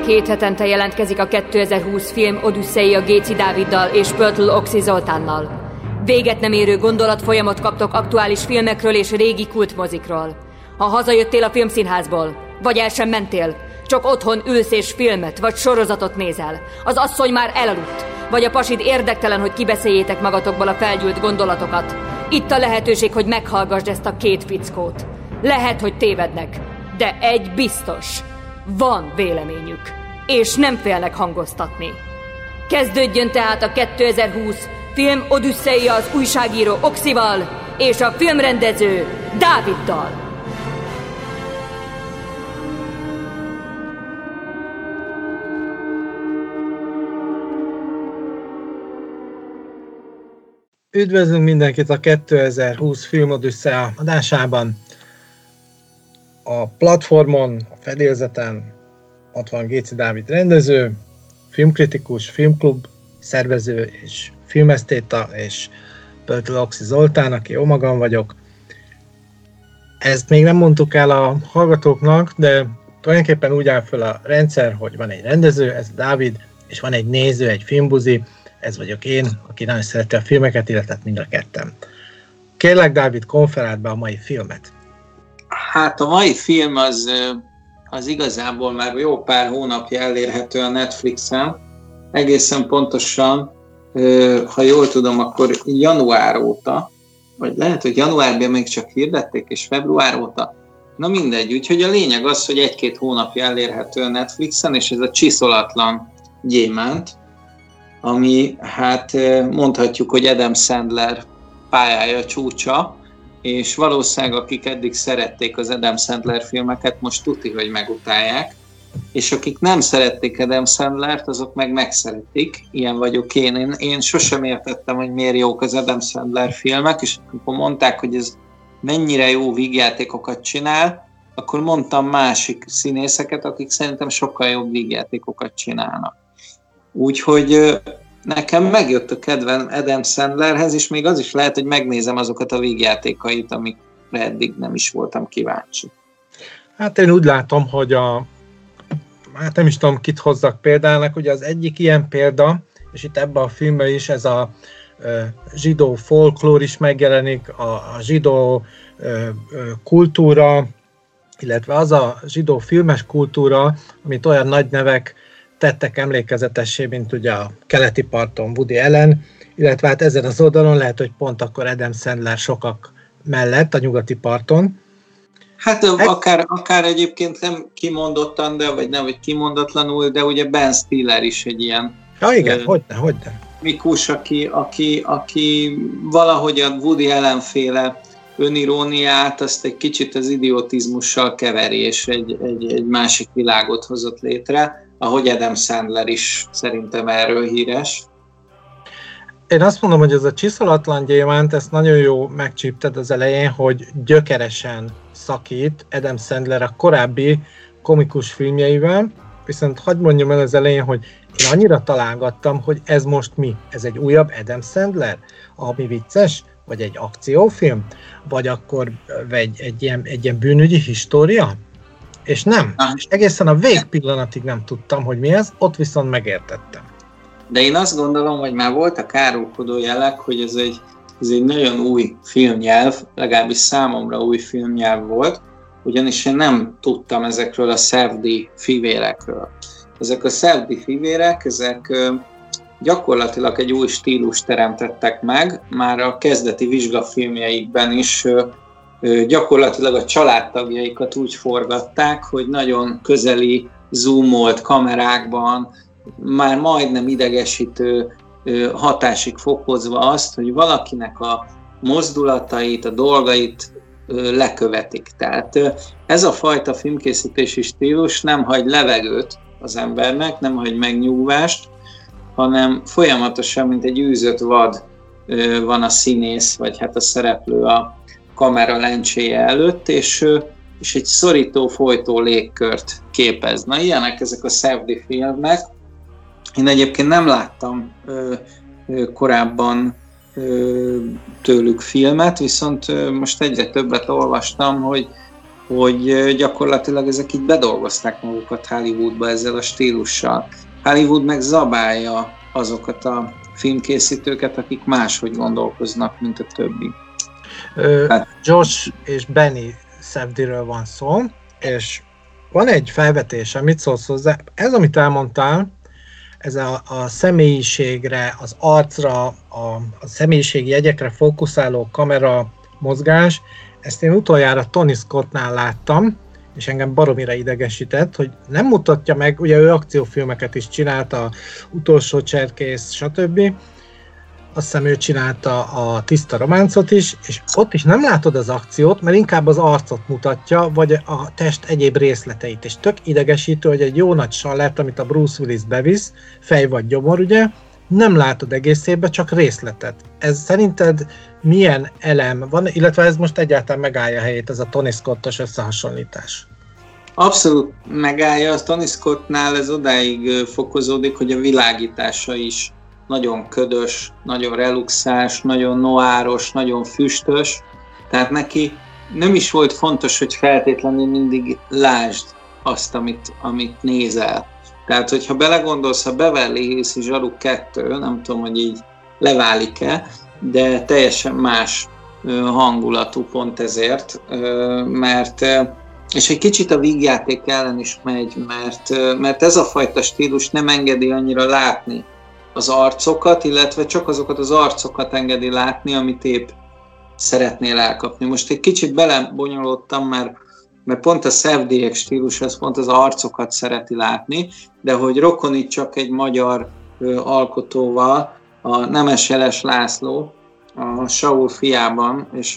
2 hetente jelentkezik a 2020 film Odüsszei Géci Dáviddal és Pöltl Oxy Zoltánnal. Véget nem érő gondolatfolyamot kaptok aktuális filmekről és régi kultmozikról. Ha hazajöttél a filmszínházból, vagy el sem mentél, csak otthon ülsz és filmet vagy sorozatot nézel, az asszony már elaludt, vagy a pasid érdektelen, hogy kibeszéljétek magatokból a felgyűlt gondolatokat, itt a lehetőség, hogy meghallgassd ezt a 2 fickót. Lehet, hogy tévednek, de egy biztos. Van véleményük, és nem félnek hangoztatni. Kezdődjön tehát a 2020 film Odüsszeia az újságíró Oxival és a filmrendező Dáviddal. Üdvözlünk mindenkit a 2020 film Odüsszeia adásában. A platformon, a fedélzeten ott van Géci Dávid rendező, filmkritikus, filmklub szervező és filmesztéta, és Pöltl Oxy Zoltán, aki jó magam vagyok. Ezt még nem mondtuk el a hallgatóknak, de tulajdonképpen úgy áll föl a rendszer, hogy van egy rendező, ez Dávid, és van egy néző, egy filmbuzi, ez vagyok én, aki nagyon szereti a filmeket, illetve mind a ketten. Kérlek, Dávid, konferáld be a mai filmet. Hát a mai film az igazából már jó pár hónapja elérhető a Netflixen. Egészen pontosan, ha jól tudom, akkor január óta, vagy lehet, hogy januárban még csak hirdették, és február óta. Na mindegy, úgyhogy a lényeg az, hogy 1-2 hónapja elérhető a Netflixen, és ez a Csiszolatlan gyémánt, ami hát mondhatjuk, hogy Adam Sandler pályája csúcsa, és valószínűleg akik eddig szerették az Adam Sandler filmeket, most tuti, hogy megutálják, és akik nem szerették Adam Sandlert, azok meg megszeretik. Ilyen vagyok én. Én sosem értettem, hogy miért jók az Adam Sandler filmek, és amikor mondták, hogy ez mennyire jó vígjátékokat csinál, akkor mondtam másik színészeket, akik szerintem sokkal jobb vígjátékokat csinálnak. Úgyhogy nekem megjött a kedvem Adam Sandlerhez, és még az is lehet, hogy megnézem azokat a vígjátékait, amikre eddig nem is voltam kíváncsi. Hát én úgy látom, hogy hát nem is tudom, kit hozzak példának, ugye az egyik ilyen példa, és itt ebben a filmben is ez a zsidó folklór is megjelenik, a zsidó kultúra, illetve az a zsidó filmes kultúra, amit olyan nagy nevek tettek emlékezetessé, mint ugye a keleti parton Woody Allen, illetve hát ezen az oldalon lehet, hogy pont akkor Adam Sandler sokak mellett a nyugati parton. Hát akár egyébként nem kimondottan, de vagy nem, vagy kimondatlanul, de ugye Ben Stiller is egy ilyen... Ja igen, hogyne. Mikus, aki valahogy a Woody Allen-féle öniróniát, azt egy kicsit az idiotizmussal keveri, és egy másik világot hozott létre, ahogy Adam Sandler is szerintem erről híres. Én azt mondom, hogy ez a Csiszolatlan gyémánt, ezt nagyon jó megcsípted az elején, hogy gyökeresen szakít Adam Sandler a korábbi komikus filmjeivel, viszont hadd mondjam el az elején, hogy én annyira találgattam, hogy ez most mi? Ez egy újabb Adam Sandler, ami vicces? Vagy egy akciófilm? Vagy akkor egy ilyen bűnügyi história? És nem. És egészen a végpillanatig nem tudtam, hogy mi ez, ott viszont megértettem. De én azt gondolom, hogy már voltak árulkodó jelek, hogy ez egy nagyon új filmnyelv, legalábbis számomra új filmnyelv volt, ugyanis én nem tudtam ezekről a szevdi fivérekről. Ezek a szevdi fivérek, ezek gyakorlatilag egy új stílust teremtettek meg, már a kezdeti vizsgafilmjeikben is gyakorlatilag a családtagjaikat úgy forgatták, hogy nagyon közeli, zoomolt kamerákban, már majdnem idegesítő hatásig fokozva azt, hogy valakinek a mozdulatait, a dolgait lekövetik. Tehát ez a fajta filmkészítési stílus nem hagy levegőt az embernek, nem hagy megnyugvást, hanem folyamatosan, mint egy űzött vad van a színész, vagy hát a szereplő a kamera lencséje előtt, és egy szorító, folytó légkört képez. Na, ilyenek ezek a szevdi filmek. Én egyébként nem láttam korábban tőlük filmet, viszont most egyre többet olvastam, hogy hogy gyakorlatilag ezek így bedolgozták magukat Hollywoodba ezzel a stílussal. Hollywood meg zabálja azokat a filmkészítőket, akik máshogy gondolkoznak, mint a többi. Josh és Benny Safdieről van szó, és van egy felvetés, amit szólsz hozzá. Ez, amit elmondtál, ez a személyiségre, az arcra, a személyiségi jegyekre fókuszáló kamera mozgás, ezt én utoljára Tony Scottnál láttam, és engem baromira idegesített, hogy nem mutatja meg, ugye ő akciófilmeket is csinálta, Utolsó cserkész, stb. Azt hiszem ő csinálta a Tiszta románcot is, és ott is nem látod az akciót, mert inkább az arcot mutatja, vagy a test egyéb részleteit, és tök idegesítő, hogy egy jó nagy sallert, amit a Bruce Willis bevisz, fej vagy gyomor, ugye, nem látod egészében, csak részletet. Ez szerinted milyen elem van, illetve ez most egyáltalán megállja a helyét, ez a Tony Scottos összehasonlítás? Abszolút megállja, a Tony Scottnál ez odáig fokozódik, hogy a világítása is nagyon ködös, nagyon reluxás, nagyon noáros, nagyon füstös, tehát neki nem is volt fontos, hogy feltétlenül mindig lásd azt, amit nézel. Tehát, hogyha belegondolsz, a Beverly Hills-i Zsaru 2, nem tudom, hogy így leválik-e, de teljesen más hangulatú pont ezért, mert és egy kicsit a vígjáték ellen is megy, mert ez a fajta stílus nem engedi annyira látni az arcokat, illetve csak azokat az arcokat engedi látni, amit épp szeretnél elkapni. Most egy kicsit belebonyolódtam, mert pont a Safdie stílus, az pont az arcokat szereti látni, de hogy rokonítsak egy magyar alkotóval, a Nemes Jeles László, a Saul fiában és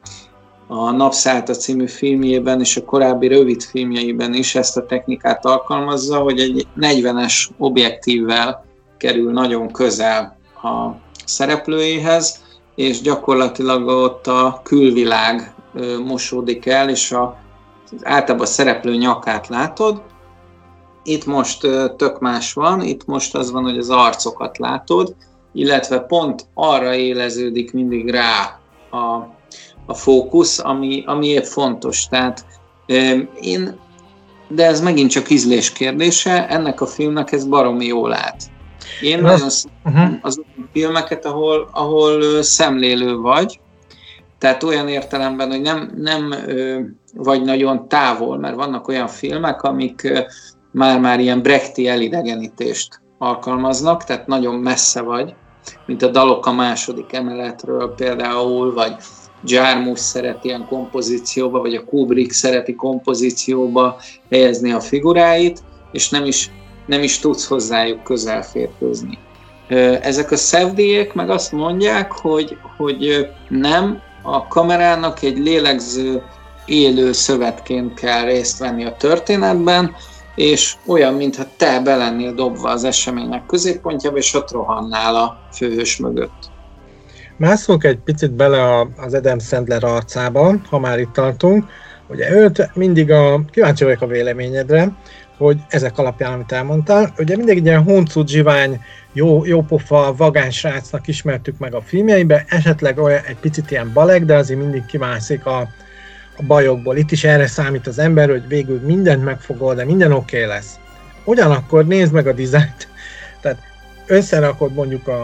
a Napszálta című filmjében és a korábbi rövid filmjeiben is ezt a technikát alkalmazza, hogy egy 40-es objektívvel kerül nagyon közel a szereplőjéhez, és gyakorlatilag ott a külvilág mosódik el, és általában a szereplő nyakát látod. Itt most tök más van, itt most az van, hogy az arcokat látod, illetve pont arra éleződik mindig rá a fókusz, ami épp fontos. Tehát de ez megint csak ízlés kérdése, ennek a filmnek ez baromi jól állt. Én nagyon szeretem az filmeket, ahol szemlélő vagy, tehát olyan értelemben, hogy nem vagy nagyon távol, mert vannak olyan filmek, amik már ilyen brechti elidegenítést alkalmaznak, tehát nagyon messze vagy, mint a Dalok a második emeletről például, vagy Jarmusch szereti ilyen kompozícióba, vagy a Kubrick szereti kompozícióba helyezni a figuráit, és nem is tudsz hozzájuk közelférkőzni. Ezek a Safdiek meg azt mondják, hogy nem, a kamerának egy lélegző, élő szövetként kell részt venni a történetben, és olyan, mintha te be lennél dobva az események középpontjába, és ott rohannál a főhős mögött. Mászunk egy picit bele az Adam Sandler arcába, ha már itt tartunk. Ugye őt mindig kíváncsi vagyok a véleményedre, hogy ezek alapján, amit elmondtál, ugye mindig egy ilyen huncut, zsivány, jópofa, vagány srácnak ismertük meg a filmjeiben, esetleg olyan egy picit ilyen balek, de azért mindig kimászik a bajokból. Itt is erre számít az ember, hogy végül mindent megfogol, de minden oké lesz. Ugyanakkor nézd meg a dizájnt, tehát összerakod mondjuk a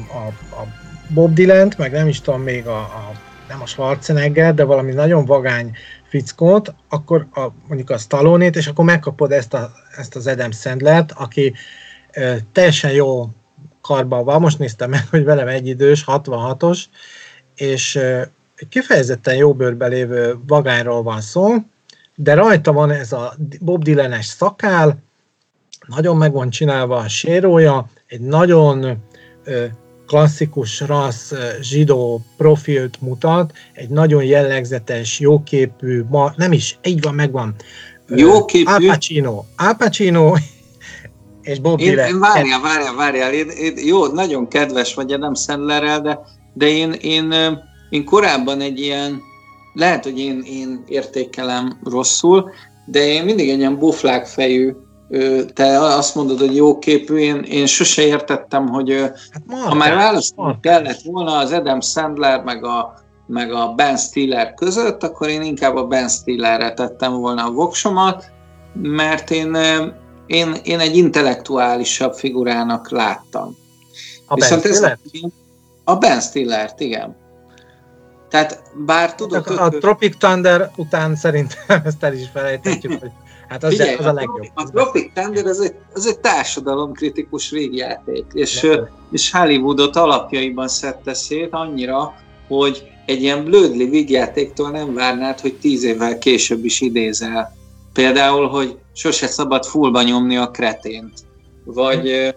Bob Dylant, meg nem is tudom még nem a Schwarzenegger, de valami nagyon vagány fickót, akkor mondjuk a Stallone-t, és akkor megkapod ezt az Adam Sandlert, aki teljesen jó karban van, most néztem meg, hogy velem egyidős, 66-os, és kifejezetten jó bőrben lévő vagányról van szó, de rajta van ez a Bob Dylan-es szakál, nagyon meg van csinálva a sérója, egy nagyon klasszikus rassz zsidó profilt mutat, egy nagyon jellegzetes, jóképű, nem is, így van, megvan. Jóképű? Al Pacino és Bob Dylan. Várjál, jó, nagyon kedves vagy Adam Sandlerrel, de én korábban egy ilyen, lehet, hogy én értékelem rosszul, de én mindig egy ilyen buflákfejű, te azt mondod, hogy jóképű, én sose értettem, hogy ha már választani kellett volna az Adam Sandler, meg a meg a Ben Stiller között, akkor én inkább a Ben Stillerre tettem volna a voksomat, mert én egy intellektuálisabb figurának láttam. A Ben Stillert? A Ben Stillert, igen. Tehát bár tudod... A Tropic Thunder után szerintem ezt el is felejthetjük, hogy hát az, figyelj, az a legjobb. A Tropic Thunder az egy társadalomkritikus végjáték, és Hollywoodot alapjaiban szedte szét annyira, hogy egy ilyen blödli végjátéktól nem várnád, hogy 10 évvel később is idézel. Például, hogy sose szabad fullba nyomni a kretént. Vagy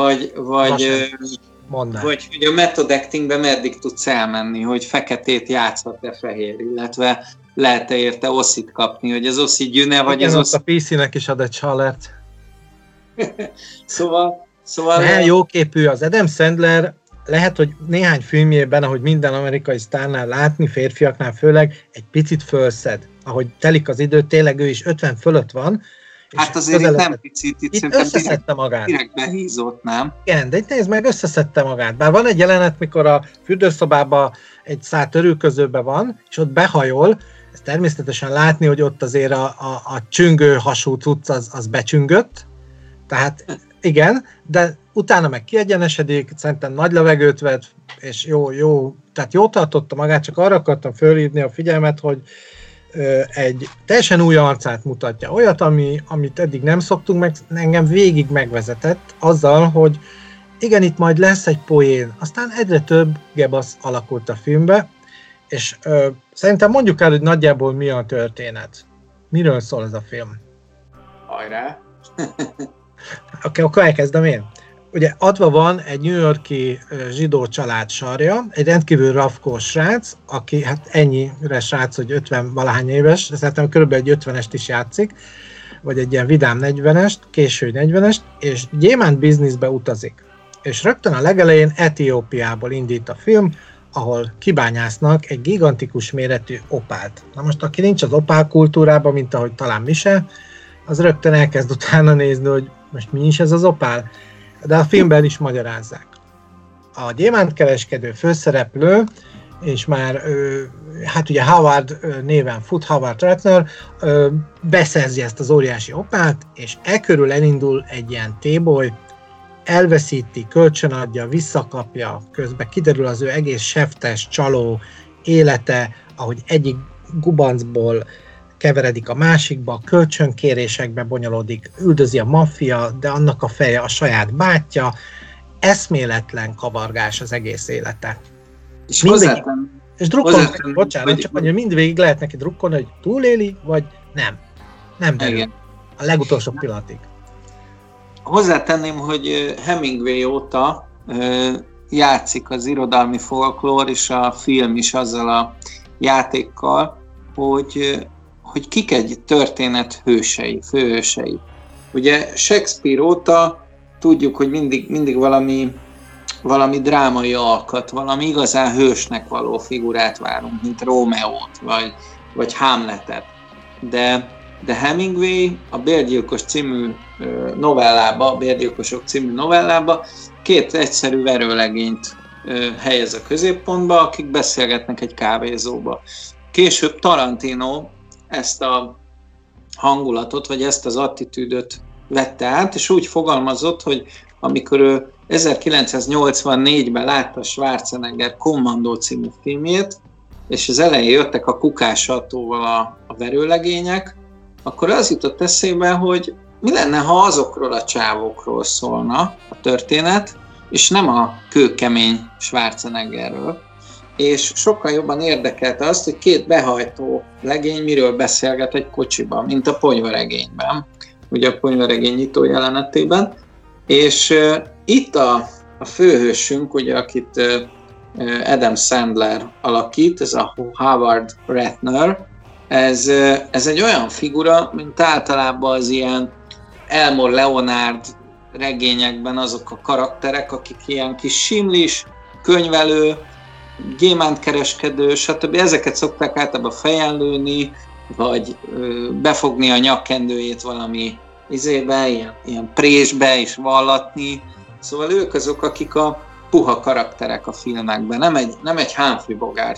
hogy a method actingben meddig tudsz elmenni, hogy feketét játszhat-e fehér, illetve lehet-e érte oszit kapni, hogy az oszi gyűne, vagy az oszi... A PC-nek is ad egy csalert. Szóval... Ne, jóképű az Adam Sandler, lehet, hogy néhány filmjében, ahogy minden amerikai sztárnál látni, férfiaknál főleg, egy picit fölszed. Ahogy telik az idő, tényleg ő is 50 fölött van. Hát azért itt nem picit, itt összeszedte magát. Direkt behízott, nem? Igen, de itt nézd meg, összeszedte magát. Bár van egy jelenet, mikor a fürdőszobában egy szál törülközőben van, és ott behajol, ez természetesen látni, hogy ott azért a csüngő hasú cucc az becsüngött. Tehát igen, de utána meg kiegyenesedik, szerintem nagy levegőt vett, és jó, tehát jó tartotta magát, csak arra akartam fölhívni a figyelmet, hogy egy teljesen új arcát mutatja. Olyat, amit eddig nem szoktunk, meg engem végig megvezetett azzal, hogy igen, itt majd lesz egy poén, aztán egyre több gebasz alakult a filmbe, és szerintem mondjuk el, hogy nagyjából mi a történet. Miről szól ez a film? Hajrá! Oké, akkor elkezdem én. Ugye adva van egy New York-i zsidó család sarja, egy rendkívül rafkós srác, aki hát ennyire srác, hogy 50-valahány éves, de szerintem körülbelül egy 50-est is játszik, vagy egy ilyen vidám 40-est, késő 40-est, és gyémánt bizniszbe utazik. És rögtön a legelején Etiópiából indít a film, ahol kibányásznak egy gigantikus méretű opált. Na most, aki nincs az opál kultúrában, mint ahogy talán mi se, az rögtön elkezd utána nézni, hogy most mi is ez az opál, de a filmben is magyarázzák. A gyémántkereskedő főszereplő, és már hát ugye Howard néven fut, Howard Ratner, beszerzi ezt az óriási opált, és körül elindul egy ilyen téboly, elveszíti, kölcsönadja, visszakapja, közben kiderül az ő egész seftes, csaló élete, ahogy egyik gubancból keveredik a másikba, kölcsönkérésekbe bonyolódik, üldözi a maffia, de annak a feje a saját bátyja, eszméletlen kavargás az egész élete. És drukkolni, bocsánat, csak mondja, mindvégig lehet neki drukkolni, hogy túléli, vagy nem. Nem derül. Igen. A legutolsó pillanatig. Hozzátenném, hogy Hemingway óta játszik az irodalmi folklór és a film is azzal a játékkal, hogy kik egy történet hősei, főhősei. Ugye Shakespeare óta tudjuk, hogy mindig valami drámai alkat, valami igazán hősnek való figurát várunk, mint Rómeót, vagy Hamletet. De Hemingway a Bérgyilkos című Bérgyilkosok című novellába két egyszerű verőlegényt helyez a középpontba, akik beszélgetnek egy kávézóba. Később Tarantino ezt a hangulatot, vagy ezt az attitűdöt vette át, és úgy fogalmazott, hogy amikor ő 1984-ben látta Schwarzenegger Commando című filmjét, és az elején jöttek a kukássajtóval a verőlegények, akkor az jutott eszébe, hogy mi lenne, ha azokról a csávokról szólna a történet, és nem a kőkemény Schwarzeneggerről. És sokkal jobban érdekelte azt, hogy két behajtó legény miről beszélget egy kocsiban, mint a Ponyvaregényben, ugye a Ponyvaregény nyitó jelenetében. És itt a főhősünk, ugye, akit Adam Sandler alakít, ez a Howard Ratner, ez egy olyan figura, mint általában az ilyen Elmore Leonard regényekben azok a karakterek, akik ilyen kis simlis, könyvelő, gyémántkereskedő, stb. Ezeket szokták általában fejen lőni, vagy befogni a nyakkendőjét valami izébe, ilyen présbe is vallatni. Szóval ők azok, akik a puha karakterek a filmekben, nem egy Humphrey Bogart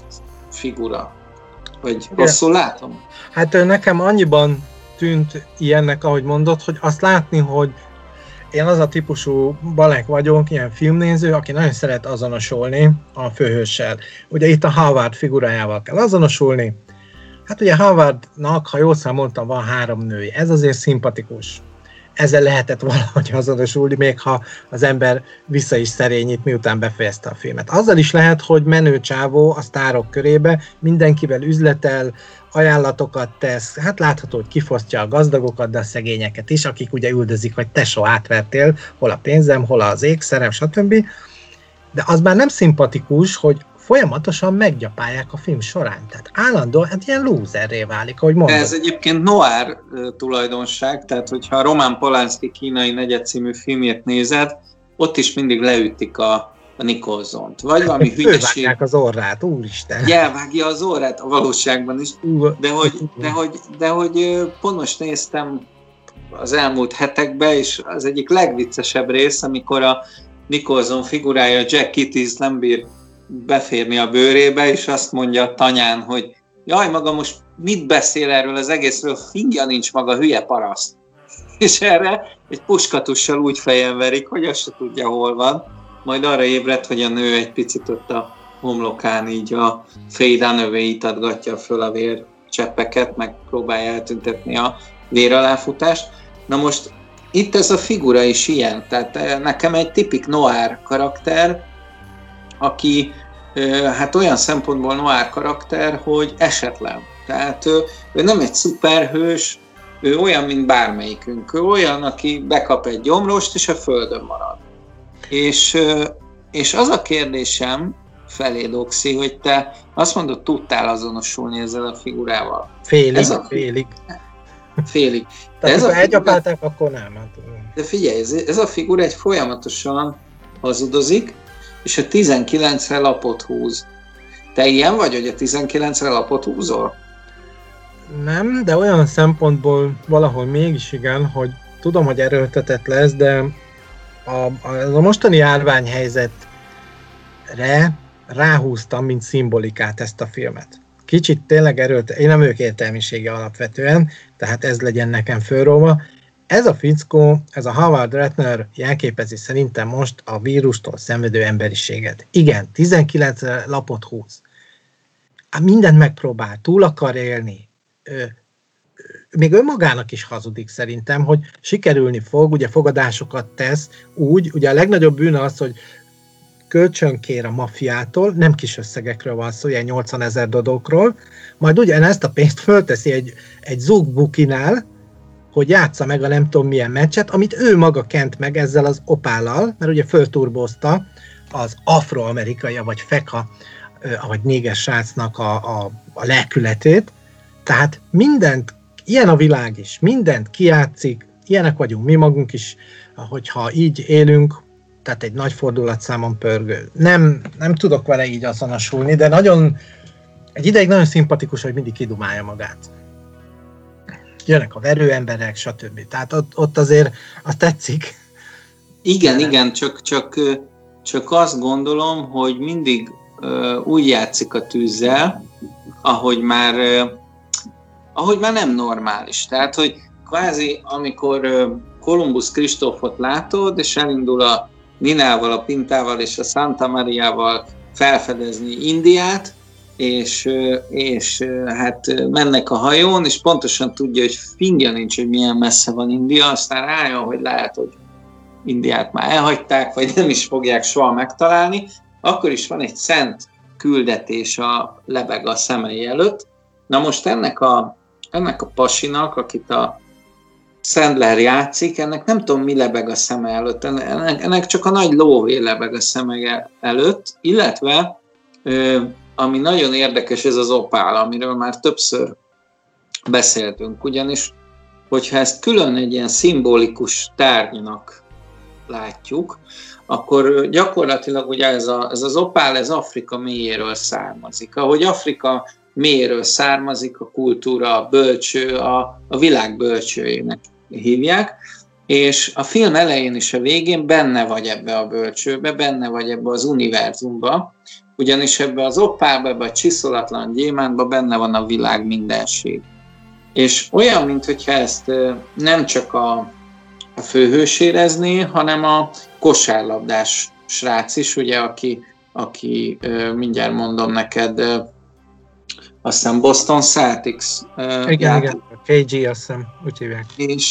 figura. Vagy rosszul látom? Hát nekem annyiban tűnt ilyennek, ahogy mondod, hogy azt látni, hogy én az a típusú balek vagyok, ilyen filmnéző, aki nagyon szeret azonosulni a főhőssel. Ugye itt a Howard figurájával kell azonosulni. Hát ugye Howardnak, ha jól számoltam, van 3 női. Ez azért szimpatikus. Ezzel lehetett valahogy azonosulni, még ha az ember vissza is szerényít, miután befejezte a filmet. Azzal is lehet, hogy menő csávó a sztárok körébe, mindenkivel üzletel, ajánlatokat tesz, hát látható, hogy kifosztja a gazdagokat, de a szegényeket is, akik ugye üldözik, hogy tesó, átvertél, hol a pénzem, hol az ékszerem, stb. De az már nem szimpatikus, hogy folyamatosan meggyapálják a film során. Tehát állandóan hát ilyen lúzerré válik, ahogy mondod. Ez egyébként noir tulajdonság, tehát hogyha Roman Polanski kínai negyed című filmjét nézed, ott is mindig leütik a Nicholsont. Vagy valami hülyeség. Fölvágják az orrát, úristen. Elvágja az orrát a valóságban is. De hogy pont most néztem az elmúlt hetekben, és az egyik legviccesebb rész, amikor a Nicholson figurája Jack Kittis nem bír beférni a bőrébe, és azt mondja a tanyán, hogy jaj, maga most mit beszél erről az egészről, fingja nincs maga, hülye paraszt. És erre egy puskatussal úgy fejen verik, hogy azt se tudja, hol van. Majd arra ébredt, hogy a nő egy picit ott a homlokán így a fédanövé itatgatja föl a vércseppeket, meg próbálja eltüntetni a véraláfutást. Na most itt ez a figura is ilyen, tehát nekem egy tipik noir karakter, aki hát olyan szempontból noir karakter, hogy esetlen. Tehát ő nem egy szuperhős, ő olyan, mint bármelyikünk. Ő olyan, aki bekap egy gyomrost, és a földön marad. És az a kérdésem felé, Doxy, hogy te azt mondod, tudtál azonosulni ezzel a figurával. Félig. Tehát ha elgyapálták, akkor nem. De figyelj, ez a figura egy folyamatosan hazudozik, és a 19-re lapot húz. Te ilyen vagy, hogy a 19-re lapot húzol? Nem, de olyan szempontból valahol mégis igen, hogy tudom, hogy erőltetett lesz, de a mostani járványhelyzetre ráhúztam, mint szimbolikát ezt a filmet. Kicsit tényleg én nem vagyok értelmisége alapvetően, tehát ez legyen nekem fölróva. Ez a fickó, ez a Howard Ratner jelképezi szerintem most a vírustól szenvedő emberiséget. Igen, 19 lapot húz. Mindent megpróbál, túl akar élni. Még önmagának is hazudik szerintem, hogy sikerülni fog, ugye fogadásokat tesz úgy, ugye a legnagyobb bűne az, hogy kölcsönkér a maffiától, nem kis összegekről van szó, ilyen 80 000 dodókról, majd ugye ezt a pénzt fölteszi egy zugbukinál, hogy játsza meg a nem tudom milyen meccset, amit ő maga kent meg ezzel az opállal, mert ugye fölturbozta az afroamerikai, vagy feka, vagy néges srácnak a lelkületét. Tehát mindent, ilyen a világ is, mindent kijátszik, ilyenek vagyunk mi magunk is, hogyha így élünk, tehát egy nagy fordulatszámon pörgő. Nem tudok vele így azonosulni, de egy ideig nagyon szimpatikus, hogy mindig kidumálja magát. Jönnek a verőemberek, stb. Tehát ott azért azt tetszik. Igen, csak azt gondolom, hogy mindig úgy játszik a tűzzel, ahogy már nem normális. Tehát, hogy kvázi amikor Kolumbusz Kristófot látod, és elindul a Ninával, a Pintával és a Santa Mariával felfedezni Indiát, és hát mennek a hajón, és pontosan tudja, hogy fingja nincs, hogy milyen messze van India, aztán rájön, hogy lehet, hogy Indiát már elhagyták, vagy nem is fogják soha megtalálni, akkor is van egy szent küldetés a lebeg a szemei előtt. Na most ennek a pasinak, akit a Sandler játszik, ennek nem tudom, mi lebeg a szeme előtt, ennek csak a nagy lóvé lebeg a szeme előtt, illetve ami nagyon érdekes, ez az opál, amiről már többször beszéltünk, ugyanis, hogyha ezt külön egy ilyen szimbolikus tárgynak látjuk, akkor gyakorlatilag ugye ez az opál, ez Afrika mélyéről származik. Ahogy Afrika mélyéről származik a kultúra, a bölcső, a világ bölcsőjének hívják, és a film elején és a végén benne vagy ebbe a bölcsőbe, benne vagy ebbe az univerzumba, ugyanis ebbe az oppába, ebbe a csiszolatlan gyémántba benne van a világ mindenség. És olyan, mintha ezt nem csak a főhős érezné, hanem a kosárlabdás srác is, ugye, aki mindjárt mondom neked, aztán Boston Celtics. Igen, KG, azt hiszem, úgy hívják.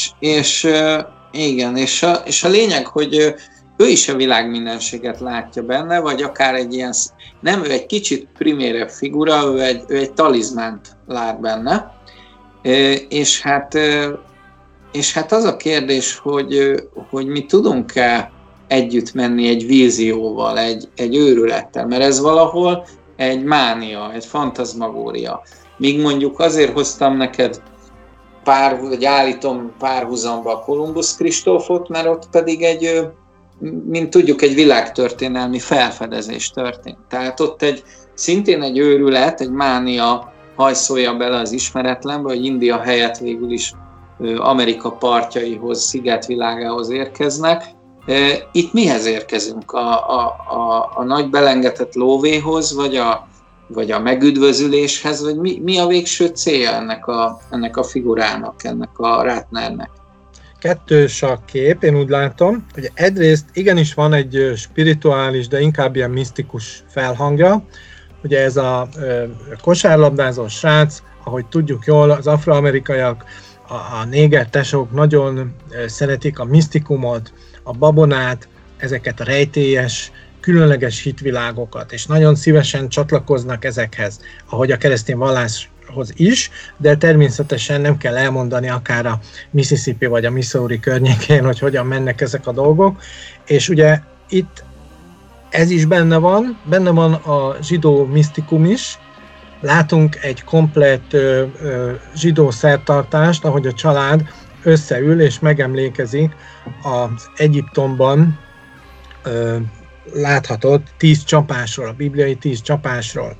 És a lényeg, hogy ő is a világ mindenséget látja benne, vagy akár egy ilyen, nem, ő egy kicsit primérebb figura, ő egy talizmánt lát benne, és hát az a kérdés, hogy mi tudunk-e együtt menni egy vízióval, egy őrülettel, mert ez valahol egy mánia, egy fantazmagória. Míg mondjuk azért hoztam neked állítom párhuzamba a Kolumbusz Kristófot, mert ott pedig mint tudjuk, egy világtörténelmi felfedezés történt. Tehát ott szintén egy őrület, egy mánia hajszolja bele az ismeretlenbe, hogy India helyett végül is Amerika partjaihoz, szigetvilágához érkeznek. Itt mihez érkezünk? A nagy belengetett lóvéhoz, vagy a megüdvözüléshez, vagy mi a végső célja ennek a figurának, ennek a Ratnernek? Kettős a kép, én úgy látom, hogy egyrészt igenis van egy spirituális, de inkább ilyen misztikus felhangja. Ugye ez a kosárlabdázó srác, ahogy tudjuk jól, az afroamerikaiak, a néger tesók nagyon szeretik a misztikumot, a babonát, ezeket a rejtélyes, különleges hitvilágokat, és nagyon szívesen csatlakoznak ezekhez, ahogy a keresztény valláshoz is, de természetesen nem kell elmondani akár a Mississippi vagy a Missouri környékén, hogy hogyan mennek ezek a dolgok, és ugye itt ez is benne van a zsidó misztikum is, látunk egy komplett zsidó szertartást, ahogy a család összeül és megemlékezik az Egyiptomban láthatott 10 csapásról, a bibliai 10 csapásról.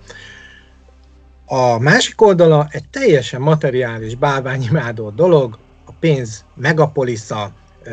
A másik oldala egy teljesen materiális, bálványimádó dolog, a pénz megapolisza,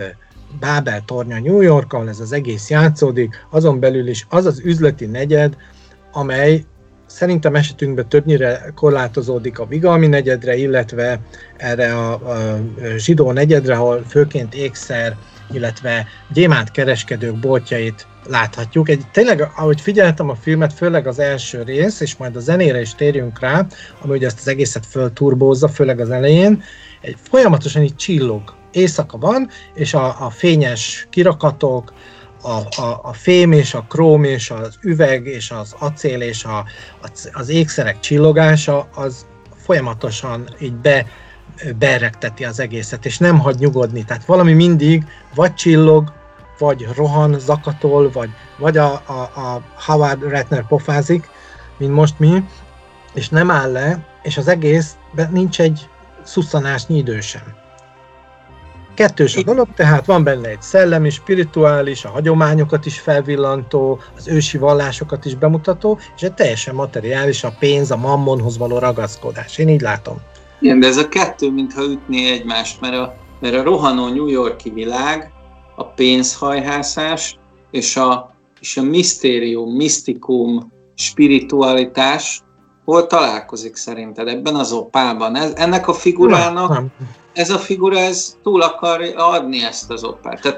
Bábel tornya New York, ahol ez az egész játszódik, azon belül is az az üzleti negyed, amely szerintem esetünkben többnyire korlátozódik a Vigalmi negyedre, illetve erre a zsidó negyedre, ahol főként ékszer, illetve gyémántkereskedők boltjait láthatjuk. Tényleg, ahogy figyeltem a filmet, főleg az első rész, és majd a zenére is térjünk rá, ami ugye ezt az egészet fölturbózza, főleg az elején, folyamatosan így csillog. Éjszaka van, és a fényes kirakatok, a fém és a króm és az üveg és az acél és az ékszerek csillogása, az folyamatosan így beregteti az egészet, és nem hagy nyugodni. Tehát valami mindig vagy csillog, vagy rohan, zakatol, vagy a Howard Ratner pofázik, mint most mi, és nem áll le, és az egészben nincs egy szusszanásnyi idő sem. Kettős a dolog, tehát van benne egy szellemi, spirituális, a hagyományokat is felvillantó, az ősi vallásokat is bemutató, és egy teljesen materiális, a pénz, a mammonhoz való ragaszkodás. Én így látom. Igen, de ez a kettő, mintha ütné egymást, mert a rohanó New York-i világ, a pénzhajhászás és a misztérium, misztikum, spiritualitás hol találkozik szerinted ebben az oppában? Ennek a figurának, ez a figura túl akarja adni ezt az oppát. Tehát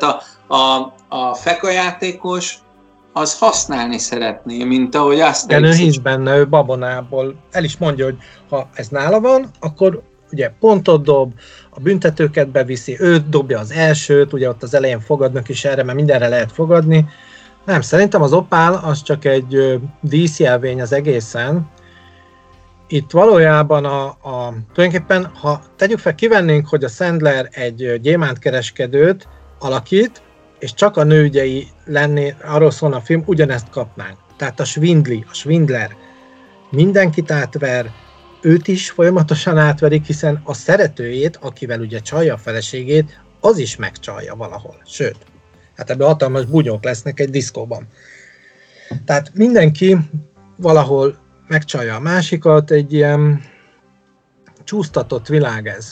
a fekajátékos az használni szeretné, mint ahogy azt ő hisz benne, ő babonából el is mondja, hogy ha ez nála van, akkor ugye pontot dob, a büntetőket beviszi, ő dobja az elsőt, ugye ott az elején fogadnak is erre, mert mindenre lehet fogadni. Nem, szerintem az opál az csak egy díszjelvény az egészen. Itt valójában tulajdonképpen, ha tegyük fel, kivennénk, hogy a Sandler egy gyémántkereskedőt alakít, és csak a nőügyei lenné, arról szólna a film, ugyanezt kapnánk. Tehát a svindler mindenkit átver, őt is folyamatosan átverik, hiszen a szeretőjét, akivel ugye csalja a feleségét, az is megcsalja valahol. Sőt, hát ebből hatalmas bunyók lesznek egy diszkóban. Tehát mindenki valahol megcsalja a másikat, egy ilyen csúsztatott világ ez.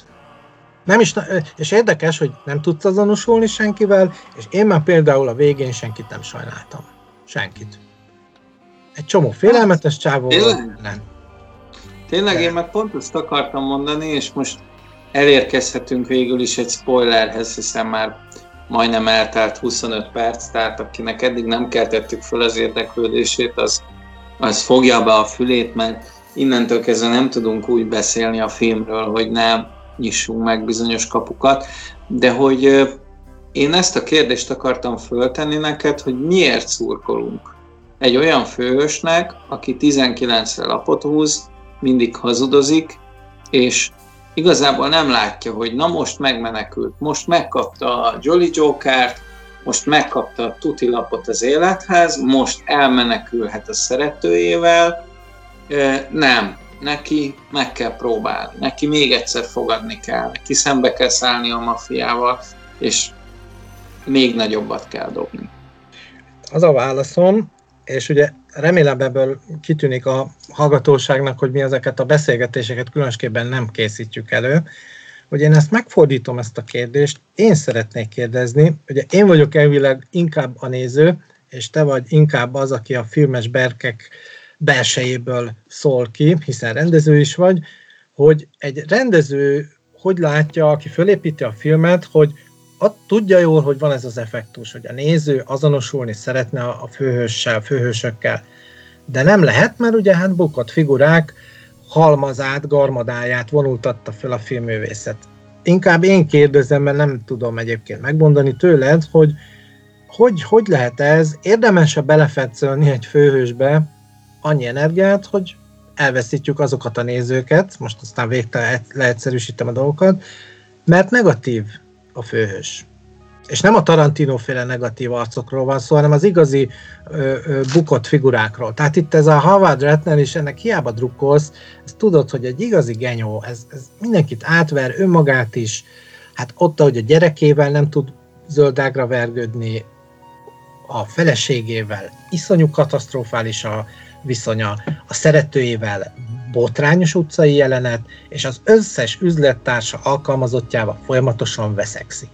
És érdekes, hogy nem tudsz azonosulni senkivel, és én már például a végén senkit nem sajnáltam. Senkit. Egy csomó félelmetes csávó volt. Nem. Tényleg én meg pont azt akartam mondani, és most elérkezhetünk végül is egy spoilerhez, hiszen már majdnem eltelt 25 perc, tehát akinek eddig nem keltettük föl az érdeklődését, az fogja be a fülét, mert innentől kezdve nem tudunk úgy beszélni a filmről, hogy ne nyissunk meg bizonyos kapukat, de hogy én ezt a kérdést akartam föltenni neked, hogy miért szurkolunk egy olyan főhősnek, aki 19-re lapot húz, mindig hazudozik, és igazából nem látja, hogy na most megmenekült, most megkapta a Jolly Jokert, most megkapta a tuti lapot az élethez, most elmenekülhet a szeretőjével. Nem, neki meg kell próbálni, neki még egyszer fogadni kell, neki szembe kell szállni a maffiával, és még nagyobbat kell dobni. Az a válaszom, és ugye remélem ebből kitűnik a hallgatóságnak, hogy mi ezeket a beszélgetéseket különösképpen nem készítjük elő, hogy én ezt megfordítom, ezt a kérdést, én szeretnék kérdezni, ugye én vagyok elvileg inkább a néző, és te vagy inkább az, aki a filmes berkek belsejéből szól ki, hiszen rendező is vagy, hogy egy rendező hogy látja, aki fölépíti a filmet, hogy tudja jól, hogy van ez az effektus, hogy a néző azonosulni szeretne a főhőssel, főhősökkel, de nem lehet, mert ugye hát bukott figurák halmazát, garmadáját vonultatta fel a filmművészet. Inkább én kérdezem, mert nem tudom egyébként megmondani tőled, hogy lehet ez, érdemes-e belefetszölni egy főhősbe annyi energiát, hogy elveszítjük azokat a nézőket, most aztán végtelen leegyszerűsítem a dolgokat, mert negatív a főhős. És nem a Tarantino-féle negatív arcokról van szó, hanem az igazi bukott figurákról. Tehát itt ez a Howard Ratner is, ennek hiába drukkolsz, ezt tudod, hogy egy igazi genyó, ez mindenkit átver, önmagát is, hát ott, ahogy a gyerekével nem tud zöldágra vergődni, a feleségével iszonyú katasztrofális a viszonya, a szeretőjével botrányos utcai jelenet, és az összes üzlettársa alkalmazottjával folyamatosan veszekszik.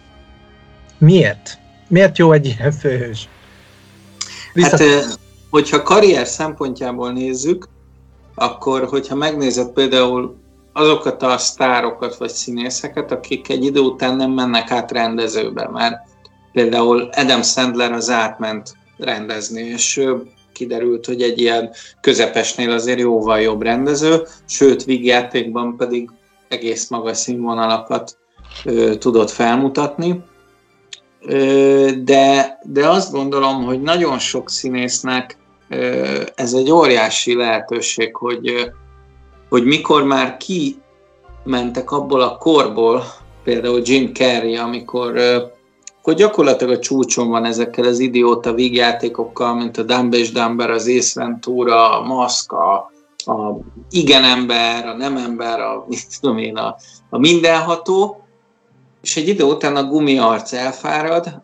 Miért? Miért jó egy ilyen főhős? Hát, hogyha karrier szempontjából nézzük, akkor, hogyha megnézed például azokat a sztárokat vagy színészeket, akik egy idő után nem mennek át rendezőbe, mert például Adam Sandler az átment rendezni, és kiderült, hogy egy ilyen közepesnél azért jóval jobb rendező, sőt, vígjátékban pedig egész magas színvonalakat tudott felmutatni. De azt gondolom, hogy nagyon sok színésznek ez egy óriási lehetőség, hogy mikor már kimentek abból a korból, például Jim Carrey, amikor gyakorlatilag a csúcson van ezekkel az idióta vígjátékokkal, mint a Dumb és Dumber, az Ace Ventura, a Mask, a igen ember, a nem ember, a mindenható, és egy idő után a gumiarc elfárad,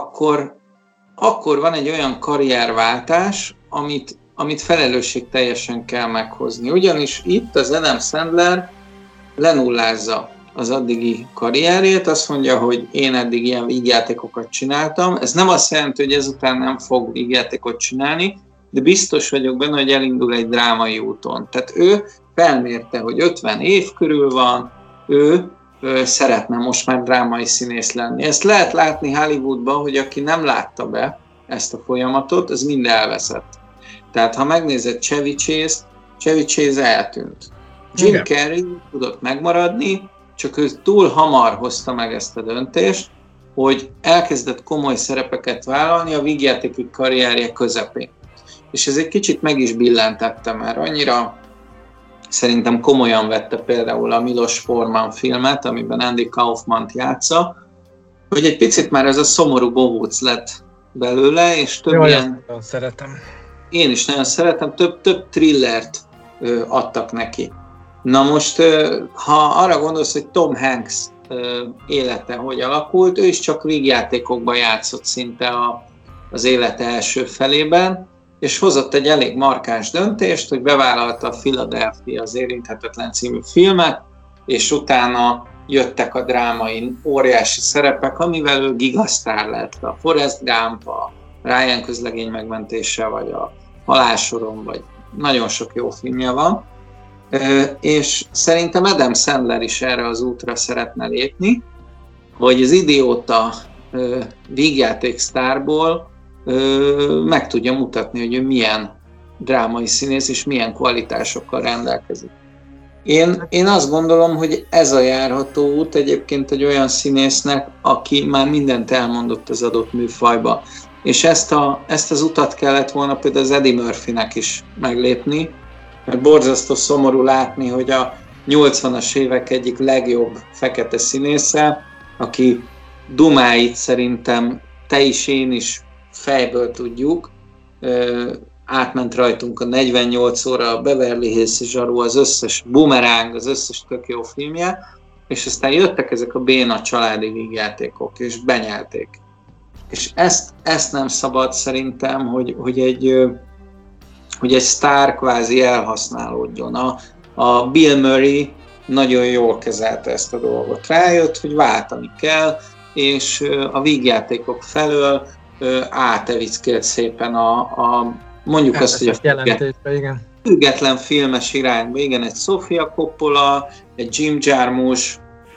akkor van egy olyan karrierváltás, amit felelősségteljesen kell meghozni. Ugyanis itt az Adam Sandler lenullázza az addigi karrierjét, azt mondja, hogy én eddig ilyen vígjátékokat csináltam. Ez nem azt jelenti, hogy ezután nem fog vígjátékot csinálni, de biztos vagyok benne, hogy elindul egy drámai úton. Tehát ő felmérte, hogy 50 év körül van, ő szeretne most már drámai színész lenni. Ezt lehet látni Hollywoodban, hogy aki nem látta be ezt a folyamatot, az mind elveszett. Tehát ha megnézed Chevy Chase eltűnt. Jim Carrey tudott megmaradni, csak ő túl hamar hozta meg ezt a döntést, hogy elkezdett komoly szerepeket vállalni a vígjátéki karrierje közepén. És ez egy kicsit meg is billentette, mert annyira szerintem komolyan vette például a Milos Forman filmet, amiben Andy Kaufmant játsza, hogy egy picit már ez a szomorú bohóc lett belőle, és több ilyen... szeretem. Én is nagyon szeretem, több thrillert adtak neki. Na most, ha arra gondolsz, hogy Tom Hanks élete hogy alakult, ő is csak vígjátékokban játszott szinte az élete első felében, és hozott egy elég markáns döntést, hogy bevállalta a Philadelphia az Érinthetetlen című filmet, és utána jöttek a drámai óriási szerepek, amivel ő gigasztár lett. A Forrest Gump, a Ryan közlegény megmentése, vagy a Halálsoron, vagy nagyon sok jó filmje van, és szerintem Adam Sandler is erre az útra szeretne lépni, hogy az idióta vígjáték sztárból meg tudja mutatni, hogy ő milyen drámai színész és milyen kvalitásokkal rendelkezik. Én azt gondolom, hogy ez a járható út egyébként egy olyan színésznek, aki már mindent elmondott az adott műfajba. És ezt az utat kellett volna például az Eddie Murphynek is meglépni, mert borzasztó szomorú látni, hogy a 80-as évek egyik legjobb fekete színésze, aki dumáit szerintem te is, én is fejből tudjuk, átment rajtunk a 48 óra, a Beverly Hills zsaru, az összes Boomerang, az összes tök jó filmje, és aztán jöttek ezek a béna családi vígjátékok, és benyelték. És ezt nem szabad szerintem, hogy egy sztár kvázi elhasználódjon. A Bill Murray nagyon jól kezelte ezt a dolgot. Rájött, hogy váltani kell, és a vígjátékok felől átevickélt szépen mondjuk azt, hogy a független filmes irányba. Igen, egy Sofia Coppola, egy Jim Jarmusch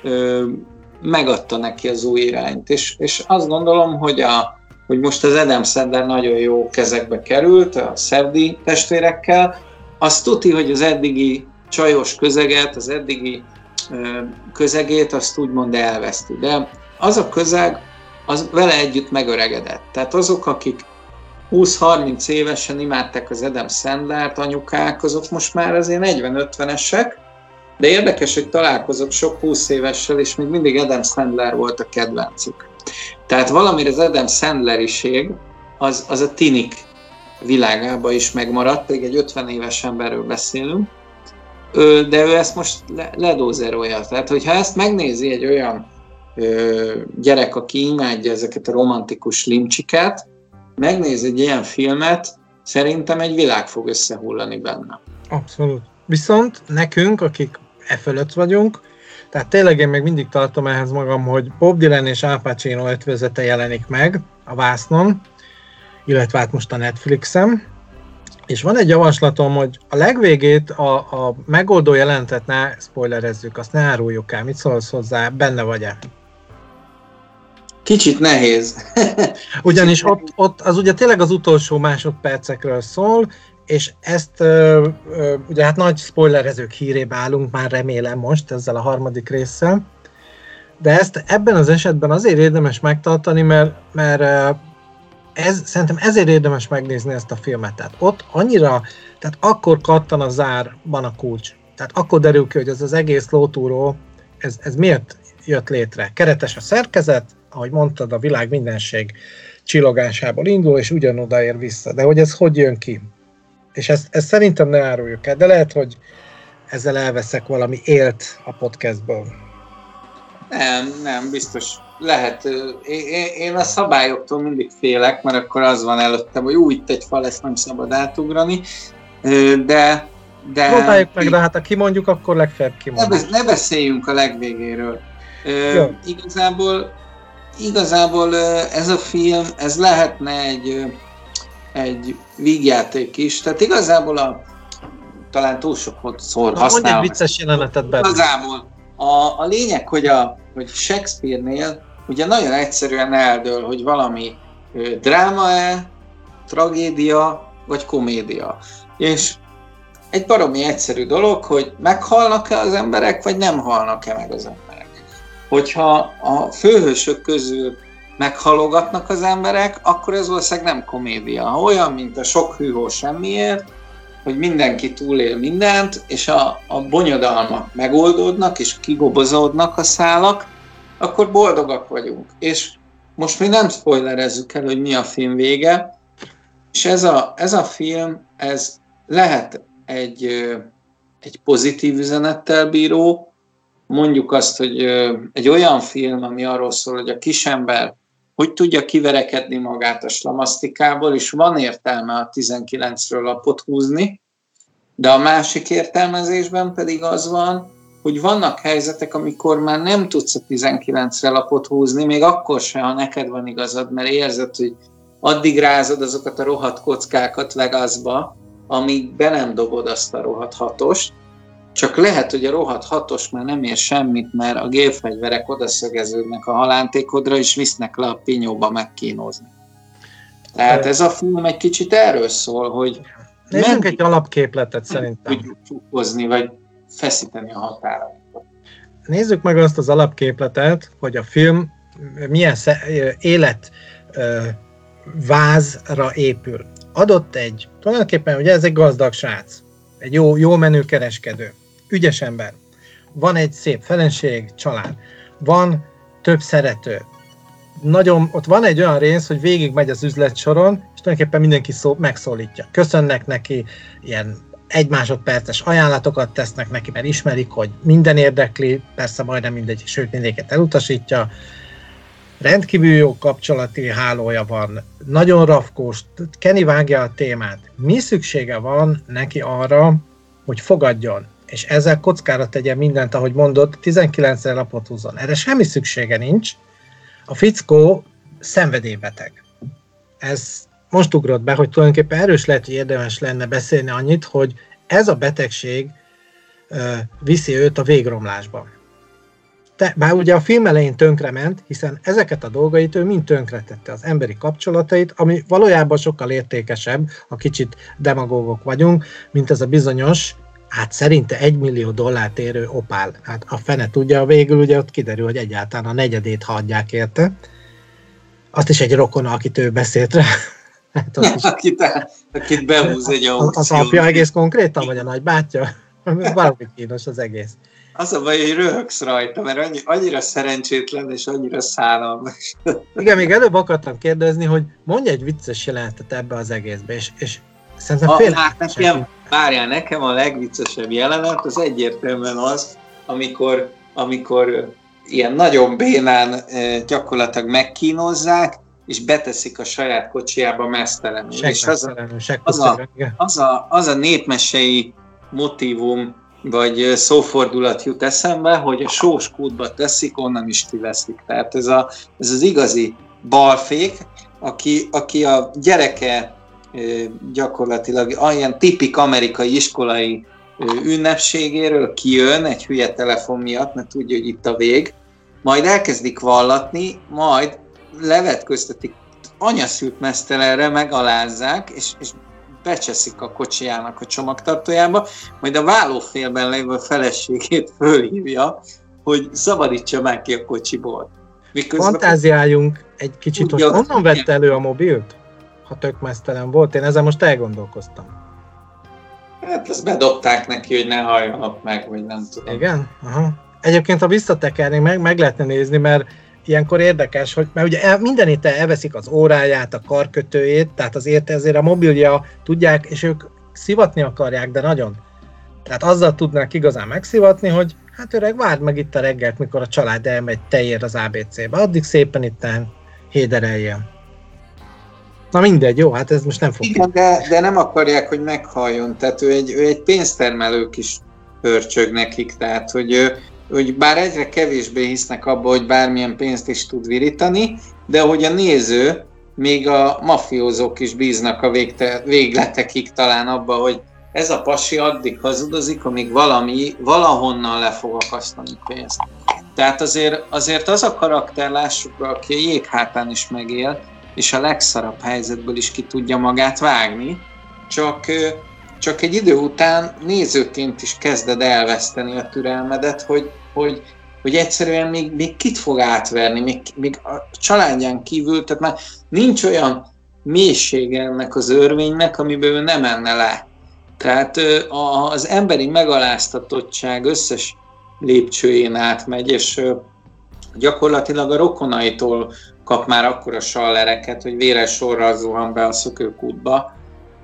megadta neki az új irányt. És azt gondolom, hogy most az Adam Sandler nagyon jó kezekbe került a Safdie testvérekkel. Azt tuti, hogy az eddigi csajos közeget, az eddigi közegét azt úgymond elveszti. De az a közeg, az vele együtt megöregedett. Tehát azok, akik 20-30 évesen imádták az Adam Sandlert, anyukák, azok most már azért 40-50-esek, de érdekes, hogy találkozok sok 20 évessel, és még mindig Adam Sandler volt a kedvencük. Tehát valamire az Adam Sandleriség az a tinik világában is megmaradt, pedig egy 50 éves emberről beszélünk, de ő ezt most ledózerolja. Tehát, hogyha ezt megnézi egy olyan gyerek, aki imádja ezeket a romantikus limcsikát, megnéz egy ilyen filmet, szerintem egy világ fog összehullani benne. Abszolút. Viszont nekünk, akik fölött vagyunk, tehát tényleg én még mindig tartom ehhez magam, hogy Bob Dylan és Al Pacino ötvözete jelenik meg a vásznon, illetve hát most a Netflixen, és van egy javaslatom, hogy a legvégét a megoldó jelentet ne spoilerezzük, azt ne áruljuk el. Mit szólsz hozzá? Benne vagy-e? Kicsit nehéz. Ugyanis ott az ugye tényleg az utolsó másodpercekről szól, és ezt ugye hát nagy spoilerezők hírébe állunk, már remélem most ezzel a harmadik résszel, de ezt ebben az esetben azért érdemes megtartani, mert szerintem ezért érdemes megnézni ezt a filmet. Tehát ott annyira, tehát akkor kattan a zárban a kulcs. Tehát akkor derül ki, hogy ez az egész lótúró, ez miért jött létre. Keretes a szerkezet, ahogy mondtad, a világ mindenség csillogásából indul, és ugyanoda ér vissza. De hogy ez hogy jön ki? És ezt szerintem ne áruljuk el, de lehet, hogy ezzel elveszek valami élt a podcastból. Nem, biztos. Lehet. Én a szabályoktól mindig félek, mert akkor az van előttem, hogy itt egy fal, ezt nem szabad átugrani, de... Próbáljuk meg, de hát ha kimondjuk, akkor legfeljebb kimondjuk. Ne beszéljünk a legvégéről. Igazából ez a film, ez lehetne egy vígjáték is, tehát igazából talán túl sok szor használom. Mondj egy vicces jelenetet benne. Igazából a lényeg, hogy Shakespeare-nél ugye nagyon egyszerűen eldől, hogy valami dráma-e, tragédia vagy komédia. És egy baromi egyszerű dolog, hogy meghalnak-e az emberek, vagy nem halnak-e meg az emberek. Hogyha a főhősök közül meghalogatnak az emberek, akkor ez valószínűleg nem komédia. Olyan, mint a sok hűhó semmiért, hogy mindenki túlél mindent, és a bonyodalmak megoldódnak, és kigobozódnak a szálak, akkor boldogak vagyunk. És most mi nem spoilerezzük el, hogy mi a film vége, és ez a film, ez lehet egy pozitív üzenettel bíró, mondjuk azt, hogy egy olyan film, ami arról szól, hogy a kisember hogy tudja kiverekedni magát a slamasztikából, és van értelme a 19-ről lapot húzni, de a másik értelmezésben pedig az van, hogy vannak helyzetek, amikor már nem tudsz a 19-re lapot húzni, még akkor se, ha neked van igazad, mert érzed, addig rázod azokat a rohadt kockákat Vegasba, amíg be nem dobod azt a rohadt hatost, csak lehet, hogy a rohadt hatos már nem ér semmit, mert a gépfegyverek odaszögeződnek a halántékodra, és visznek le a pinyóba megkínozni. Tehát ez a film egy kicsit erről szól, hogy nézzünk egy alapképletet szerintem. Tudjuk csukkozni, vagy feszíteni a határokat. Nézzük meg azt az alapképletet, hogy a film milyen életvázra épül. Adott tulajdonképpen ugye ez egy gazdag srác, egy jó menő kereskedő, ügyes ember. Van egy szép feleség, család, van több szerető. Ott van egy olyan rész, hogy végigmegy az üzletsoron, és tulajdonképpen mindenki megszólítja. Köszönnek neki, ilyen 1 másodperces ajánlatokat tesznek neki, mert ismerik, hogy minden érdekli, persze majdnem mindegy, sőt mindegyiket elutasítja. Rendkívül jó kapcsolati hálója van, nagyon rafkós, Kenny vágja a témát. Mi szüksége van neki arra, hogy fogadjon, és ezzel kockára tegye mindent, ahogy mondod, 19-re lapot húzzon. Erre semmi szüksége nincs. A fickó szenvedélybeteg. Ez most ugrott be, hogy tulajdonképpen erős lehet, hogy érdemes lenne beszélni annyit, hogy ez a betegség viszi őt a végromlásba. Bár ugye a film elején tönkrement, hiszen ezeket a dolgait ő mind tönkretette, az emberi kapcsolatait, ami valójában sokkal értékesebb, ha kicsit demagógok vagyunk, mint ez a bizonyos, hát szerinte $1 millió érő opál. Hát a fene tudja, végül ugye ott kiderül, hogy egyáltalán a negyedét hagyják érte. Azt is egy rokona, akit ő beszélt rá. Hát akit behúz egy aukció. Az apja egész konkrétan, vagy a nagybátyja? Valami kínos az egész. Az a baj, hogy röhögsz rajta, mert annyira szerencsétlen és annyira szállalmas. Igen, még előbb akartam kérdezni, hogy mondj egy vicces jelenetet ebbe az egészbe, és szerintem nekem a legviccesebb jelenet az egyértelműen az, amikor ilyen nagyon bénán gyakorlatilag megkínozzák, és beteszik a saját kocsiába meztelenül. És az a népmesei motívum, vagy szófordulat jut eszembe, hogy a sós kútba teszik, onnan is kiveszik. Tehát ez az igazi balfék, aki a gyereke gyakorlatilag olyan tipik amerikai iskolai ünnepségéről kijön egy hülye telefon miatt, mert tudja, hogy itt a vég, majd elkezdik vallatni, majd levetköztetik anyaszült meztelenre, megalázzák, és becseszik a kocsijának a csomagtartójába, majd a vállófélben lévő feleségét fölhívja, hogy szabadítsa meg ki a kocsiból. Fantáziáljunk egy kicsit, hogy honnan vette elő a mobilt? Ha tök meztelen volt, én ezen most elgondolkoztam. Hát ezt bedobták neki, hogy ne halljanak meg, vagy nem tudom. Igen? Aha. Egyébként, ha visszatekernénk, meg lehetne nézni, mert ilyenkor érdekes, hogy mert ugye minden héten elveszik az óráját, a karkötőjét, tehát ezért a mobilja tudják, és ők szivatni akarják, de nagyon. Tehát azzal tudnák igazán megszivatni, hogy hát öreg, várd meg itt a reggelt, mikor a család elmegy tejér az ABC-be, addig szépen itten hédereljen. Na mindegy, jó, hát ez most nem fog. Igen, de nem akarják, hogy meghalljon, tehát ő egy pénztermelő kis pörcsög nekik, tehát hogy bár egyre kevésbé hisznek abba, hogy bármilyen pénzt is tud virítani, de hogy a néző, még a mafiózók is bíznak a végletekig talán abba, hogy ez a pasi addig hazudozik, amíg valahonnan le fog akasztani pénzt. Tehát azért az a karakter, lássuk be, aki a jéghátán is megél, és a legszarabb helyzetből is ki tudja magát vágni, csak egy idő után nézőként is kezded elveszteni a türelmedet, hogy egyszerűen még kit fog átverni, még a családján kívül, tehát már nincs olyan mélysége ennek az örvénynek, amiből ő nem menne le. Tehát az emberi megaláztatottság összes lépcsőjén átmegy, és gyakorlatilag a rokonaitól kap már akkora sallereket, hogy véres sorral zuhan be a szökőkútba.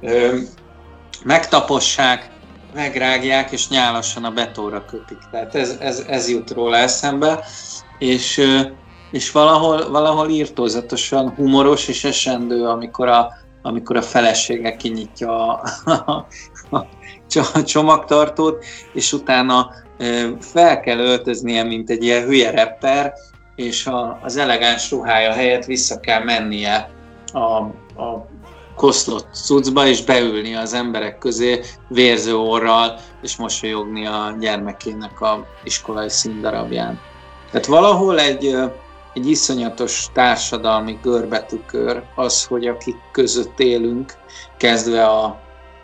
Megtapossák, megrágják, és nyálasan a betonra kötik. Tehát ez jut róla eszembe, és valahol írtózatosan humoros és esendő, amikor a felesége kinyitja a csomagtartót, és utána fel kell öltöznie, mint egy ilyen hülye rapper, és az elegáns ruhája helyett vissza kell mennie a koszlott cuccba, és beülni az emberek közé vérző orral, és mosolyogni a gyermekének a iskolai színdarabján. Tehát valahol egy iszonyatos társadalmi görbetükör az, hogy akik között élünk, kezdve a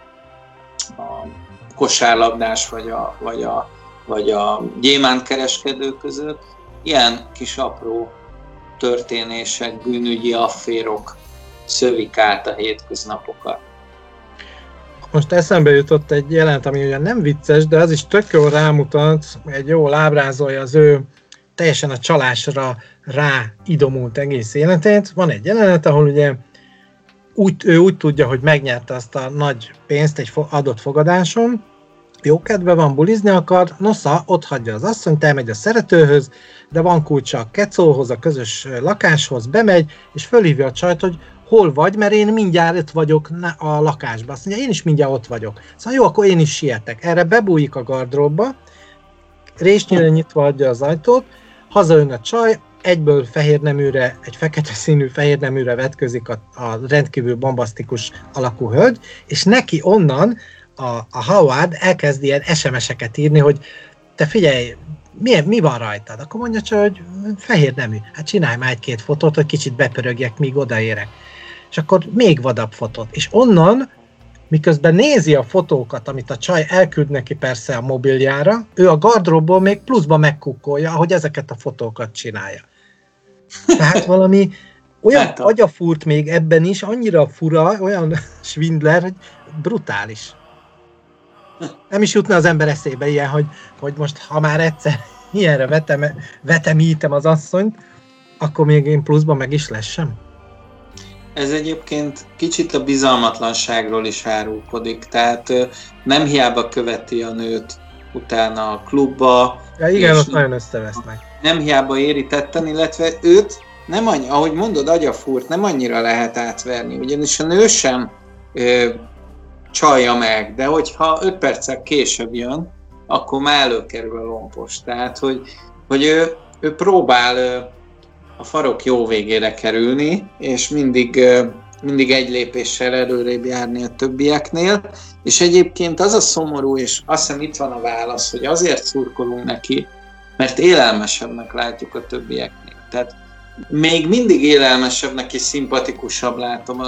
kosárlabdás vagy a gyémántkereskedő között, ilyen kis apró történések, bűnügyi afférok szövik át a hétköznapokat. Most eszembe jutott egy jelent, ami ugyan nem vicces, de az is tök jól rámutat, egy jól ábrázolja az ő teljesen a csalásra ráidomult egész életét. Van egy jelenet, ahol ugye ő úgy tudja, hogy megnyerte azt a nagy pénzt egy adott fogadáson, jó kedve van, bulizni akar, nosza, ott hagyja az asszonyt, elmegy a szeretőhöz, de van kulcsa a kecóhoz, a közös lakáshoz, bemegy, és fölhívja a csajt, hogy hol vagy, mert én mindjárt ott vagyok a lakásban. Azt mondja, én is mindjárt ott vagyok. Szóval jó, akkor én is sietek. Erre bebújik a gardróbba, résnyire nyitva adja az ajtót, hazajön a csaj, egyből fehérneműre, egy fekete színű fehérneműre vetközik a rendkívül bombasztikus alakú hölgy, és neki onnan a Howard elkezd ilyen SMS-eket írni, hogy te figyelj, mi van rajtad? Akkor mondja csak, hogy fehér nemű. Hát csinálj már egy-két fotót, hogy kicsit bepörögjek, míg odaérek. És akkor még vadabb fotót. És onnan, miközben nézi a fotókat, amit a csaj elküld neki persze a mobiljára, ő a gardróbból még pluszba megkukkolja, ahogy ezeket a fotókat csinálja. Tehát valami olyan agyafúrt még ebben is, annyira fura, olyan svindler, hogy brutális. Nem is jutna az ember eszébe ilyen, hogy most ha már egyszer ilyenre vetemítem az asszonyt, akkor még én pluszban meg is lessem. Ez egyébként kicsit a bizalmatlanságról is árulkodik, tehát nem hiába követi a nőt utána a klubba. Ja, igen, ott nagyon összevesznek. Nem hiába éri tetten, illetve őt nem ahogy mondod, agyafúrt, nem annyira lehet átverni, ugyanis a nő sem csalja meg, de hogyha 5 perccel később jön, akkor már előkerül a lompos. Tehát, hogy ő próbál a farok jó végére kerülni, és mindig egy lépéssel előrébb járni a többieknél, és egyébként az a szomorú, és azt hiszem itt van a válasz, hogy azért szurkolunk neki, mert élelmesebbnek látjuk a többieknél. Tehát még mindig élelmesebbnek és szimpatikusabb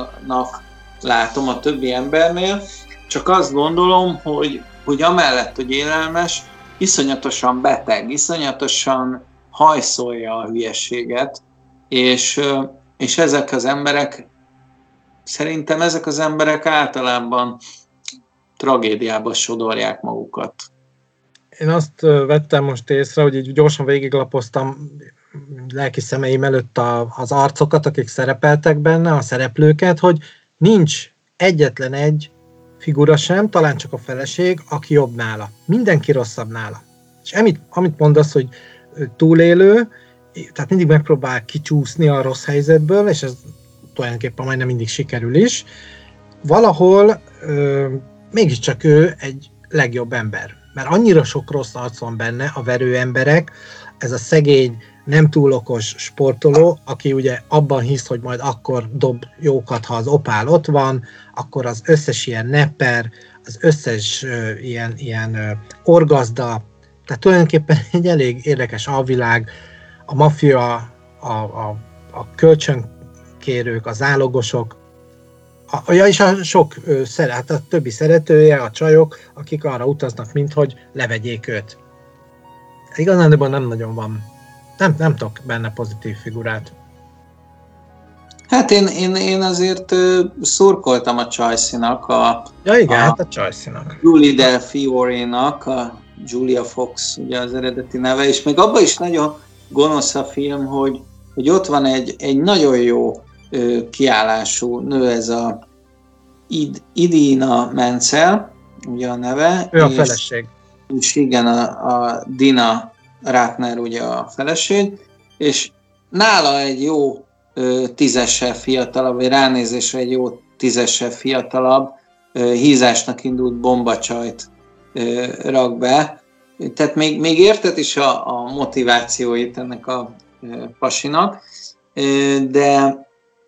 látom a többi embernél, csak azt gondolom, hogy amellett, hogy élelmes, iszonyatosan beteg, iszonyatosan hajszolja a hülyeséget, és ezek az emberek, szerintem ezek az emberek általában tragédiába sodorják magukat. Én azt vettem most észre, hogy így gyorsan végiglapoztam lelki szemeim előtt az arcokat, akik szerepeltek benne, a szereplőket, hogy nincs egyetlen egy figura sem, talán csak a feleség, aki jobb nála. Mindenki rosszabb nála. És amit mondasz, hogy túlélő, tehát mindig megpróbál kicsúszni a rossz helyzetből, és ez tulajdonképpen majdnem mindig sikerül is. Valahol mégiscsak ő egy legjobb ember. Mert annyira sok rossz arc van benne, a verő emberek, ez a szegény, nem túl okos sportoló, aki ugye abban hisz, hogy majd akkor dob jókat, ha az opál ott van, akkor az összes ilyen nepper, az összes ilyen orgazda, tehát tulajdonképpen egy elég érdekes alvilág, a maffia, a kölcsönkérők, a zálogosok, és a sok a többi szeretője, a csajok, akik arra utaznak, minthogy levegyék őt. Igazán nem nagyon van. Nem tudok benne pozitív figurát. Hát én azért szurkoltam a Chelsea-nak, a Chelsea-nak. Julie Del Fiore-nak, a Julia Fox ugye az eredeti neve, és még abban is nagyon gonosz a film, hogy ott van egy nagyon jó kiállású nő, ez a Idina Menzel, ugye a neve. Ő a feleség. És igen, a Dina Ratner ugye a feleség, és nála egy jó 10-essel fiatalabb, vagy ránézésre egy jó 10-essel fiatalabb, hízásnak indult bombacsajt rak be. Tehát még érted is a motivációit ennek a pasinak, de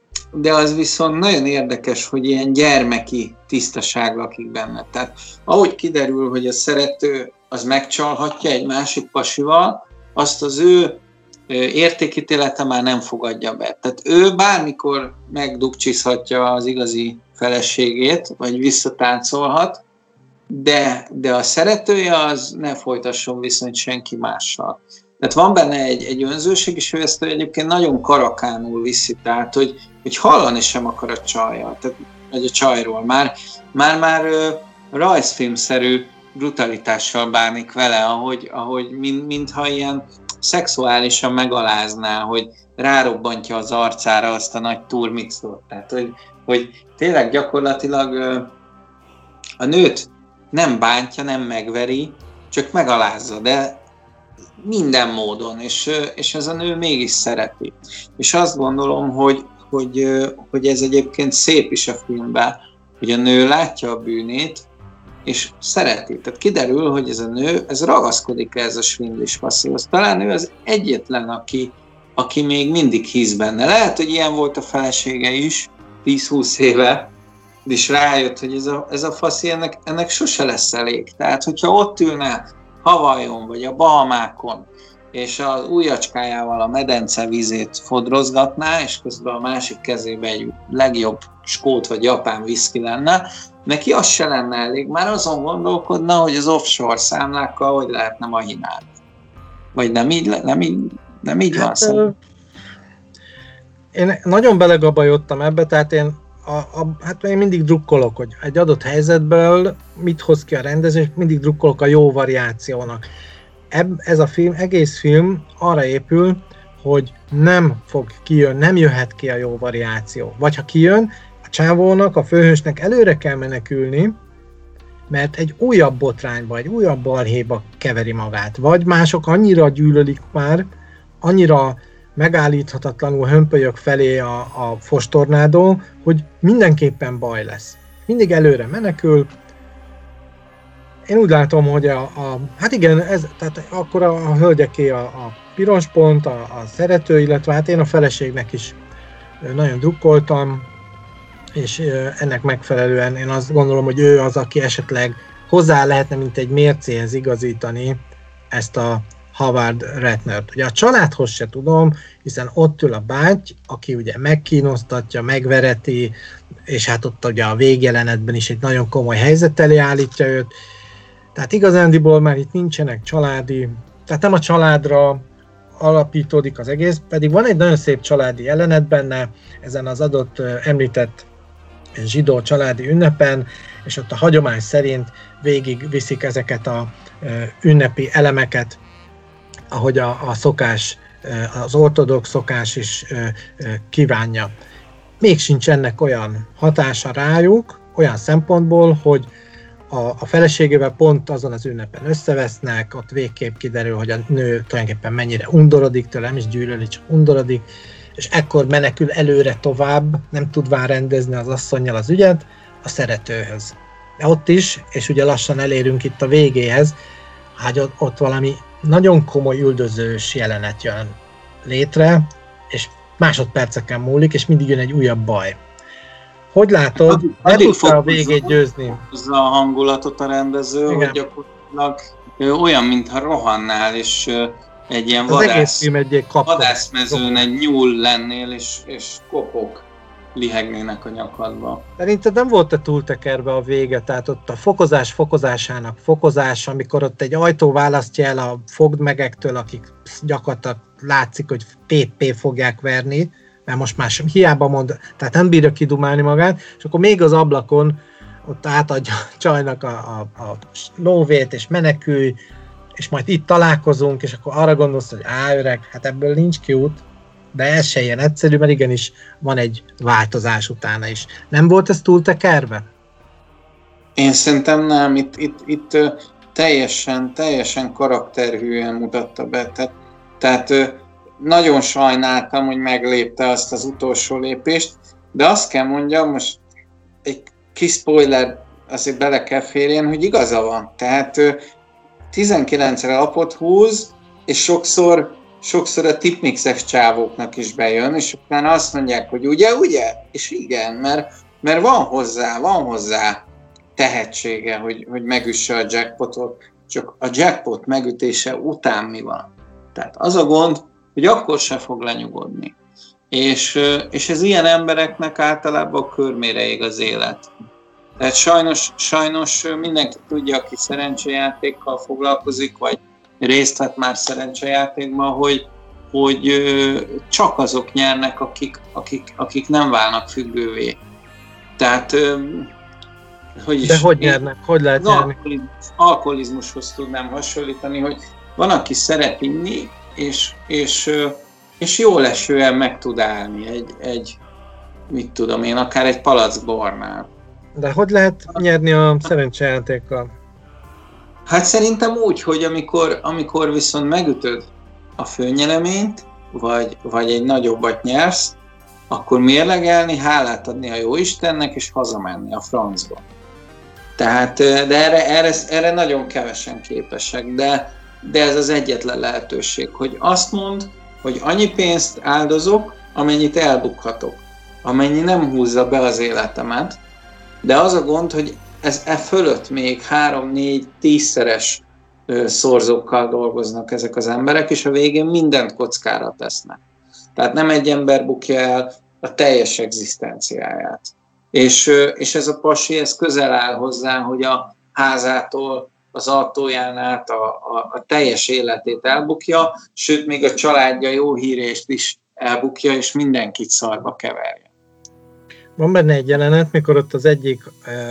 de az viszont nagyon érdekes, hogy ilyen gyermeki tisztaság lakik benne. Tehát ahogy kiderül, hogy a szerető az megcsalhatja egy másik pasival, azt az ő értékítélete már nem fogadja be. Tehát ő bármikor megdugcsizhatja az igazi feleségét, vagy visszatáncolhat, de a szeretője az ne folytasson viszonyt senki mással. Tehát van benne egy önzőség, és ő ezt egyébként nagyon karakánul viszi, tehát hogy hallani sem akar a csajjal, tehát, vagy a csajról. Már rajzfilmszerű brutalitással bánik vele, ahogy mintha ilyen szexuálisan megalázná, hogy rárobbantja az arcára azt a nagy turmixot. Tehát, hogy tényleg gyakorlatilag a nőt nem bántja, nem megveri, csak megalázza, de minden módon, és ez a nő mégis szereti. És azt gondolom, hogy ez egyébként szép is a filmben, hogy a nő látja a bűnét, és szereti. Tehát kiderül, hogy ez a nő, ez ragaszkodik ez a svindlis passzihoz. Talán ő az egyetlen, aki még mindig hisz benne. Lehet, hogy ilyen volt a felesége is, 10-20 éve, és rájött, hogy ez a faszi ennek sose lesz elég. Tehát, hogyha ott ülne Havajon, vagy a Bahamákon, és az ujjacskájával a medence vízét fodrozgatná, és közben a másik kezébe egy legjobb skót vagy japán viszki lenne, neki az se lenne elég, már azon gondolkodna, hogy az offshore számlákkal hogy lehetne mahinálni. Vagy nem így van szó. Én nagyon belegabajodtam ebbe, tehát én mindig drukkolok, hogy egy adott helyzetből mit hoz ki a rendező, és mindig drukkolok a jó variációnak. Ez a film, egész film arra épül, hogy nem fog kijönni, nem jöhet ki a jó variáció. Vagy ha kijön, a csávónak, a főhősnek előre kell menekülni, mert egy újabb botrányba, egy újabb balhéba keveri magát. Vagy mások annyira gyűlölik már, annyira megállíthatatlanul hömpölyök felé a fostornádó, hogy mindenképpen baj lesz. Mindig előre menekül. Én úgy látom, hogy hát igen, tehát akkor a hölgyeké a piros pont, a szerető, illetve hát én a feleségnek is nagyon drukkoltam, és ennek megfelelően én azt gondolom, hogy ő az, aki esetleg hozzá lehetne, mint egy mércéhez igazítani ezt a Howard Ratnert. Ugye a családhoz se tudom, hiszen ott ül a báty, aki ugye megkínoztatja, megvereti, és hát ott ugye a végjelenetben is egy nagyon komoly helyzet elé állítja őt. Tehát igazándiból már itt nincsenek családi, tehát nem a családra alapítódik az egész, pedig van egy nagyon szép családi jelenet benne, ezen az adott említett zsidó családi ünnepen, és ott a hagyomány szerint végig viszik ezeket a ünnepi elemeket, ahogy a szokás, az ortodox szokás is kívánja. Még sincs ennek olyan hatása rájuk, olyan szempontból, hogy a feleségével pont azon az ünnepen összevesznek, ott végképp kiderül, hogy a nő tulajdonképpen mennyire undorodik tőle, nem is gyűlöli, csak undorodik, és ekkor menekül előre tovább, nem tudván rendezni az asszonnyal az ügyet, a szeretőhöz. De ott is, és ugye lassan elérünk itt a végéhez, hogy ott valami nagyon komoly üldözős jelenet jön létre, és másodperceken múlik, és mindig jön egy újabb baj. Hogy látod, ne tudta a végét győzni? A hangulatot a rendező, igen, hogy gyakorlatilag olyan, mintha rohannál, és egy ilyen vadászmezőn egy nyúl lennél, és kopok lihegnének a nyakadba. Szerinted nem volt-e túltekerve a vége? Tehát ott a fokozás fokozásának fokozás, amikor ott egy ajtó választja el a fogdmegektől, akik gyakorlatilag látszik, hogy PP fogják verni, mert most már hiába mond, tehát nem bírja kidumálni magát, és akkor még az ablakon ott átadja a csajnak a lóvét, és menekülj, és majd itt találkozunk, és akkor arra gondolsz, hogy öreg, hát ebből nincs kiút, de ez se ilyen egyszerű, mert igenis van egy változás utána is. Nem volt ez túltekerve? Én szerintem nem, itt teljesen karakterhűen mutatta be, tehát nagyon sajnáltam, hogy meglépte azt az utolsó lépést, de azt kell mondjam, most egy kis spoiler azért bele kell férjen, hogy igaza van. Tehát 19-re lapot húz, és sokszor sokszor a tipmixes csávóknak is bejön, és utána azt mondják, hogy ugye? És igen, mert van hozzá tehetsége, hogy megüsse a jackpotot, csak a jackpot megütése után mi van. Tehát az a gond, hogy akkor se fog lenyugodni. És ez ilyen embereknek általában a körmére ég az élet. Tehát sajnos mindenki tudja, aki szerencsejátékkal foglalkozik, vagy részt vett már szerencsejátékban, hogy csak azok nyernek, akik nem válnak függővé. Tehát, hogy nyernek? Hogy lehet nyerni? Alkoholizmushoz tudnám hasonlítani, hogy van, aki szeret inni, és jól esően meg tud állni mit tudom én, akár egy palack bornál. De hogy lehet nyerni a szerencsejátékkal? Hát szerintem úgy, hogy amikor viszont megütöd a főnyereményt, vagy egy nagyobbat nyersz, akkor mérlegelni, hálát adni a Jóistennek, és hazamenni a francba. Tehát, de erre nagyon kevesen képesek, de ez az egyetlen lehetőség, hogy azt mondd, hogy annyi pénzt áldozok, amennyit elbukhatok, amennyi nem húzza be az életemet, de az a gond, hogy fölött még 3-4-10-szeres szorzókkal dolgoznak ezek az emberek, és a végén mindent kockára tesznek. Tehát nem egy ember bukja el a teljes egzisztenciáját. És ez a pasi, ez közel áll hozzá, hogy a házától, az autóján át a teljes életét elbukja, sőt, még a családja jó hírést is elbukja, és mindenkit szarba keverje. Van benne egy jelenet, mikor ott az egyik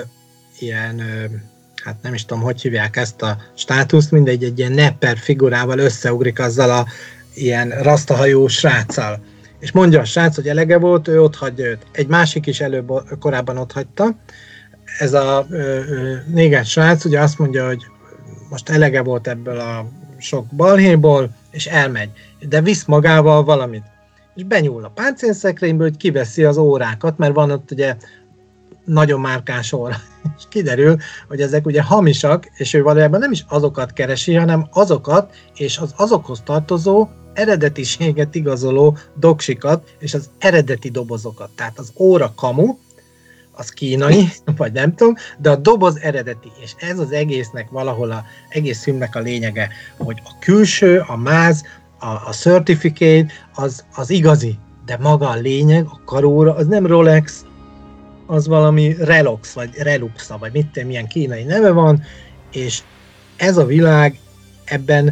ilyen, hát nem is tudom, hogy hívják ezt a státuszt, mindegy, egy ilyen nepper figurával összeugrik azzal a ilyen rasztahajú sráccal. És mondja a srác, hogy elege volt, ő otthagyja őt. Egy másik is korábban otthagyta. Ez a néger srác ugye azt mondja, hogy most elege volt ebből a sok balhéból, és elmegy. De visz magával valamit. És benyúl a páncélszekrényből, hogy kiveszi az órákat, mert van ott ugye nagyon márkás óra. És kiderül, hogy ezek ugye hamisak, és ő valójában nem is azokat keresi, hanem azokat, és az azokhoz tartozó eredetiséget igazoló doksikat, és az eredeti dobozokat. Tehát az óra kamu, az kínai, vagy nem tudom, de a doboz eredeti, és ez az egésznek valahol egész filmnek a lényege, hogy a külső, a máz, a certificate, az igazi, de maga a lényeg, a karóra, az nem Rolex, az valami Relox, vagy Reluxa, vagy mit tudom, milyen kínai neve van, és ez a világ ebben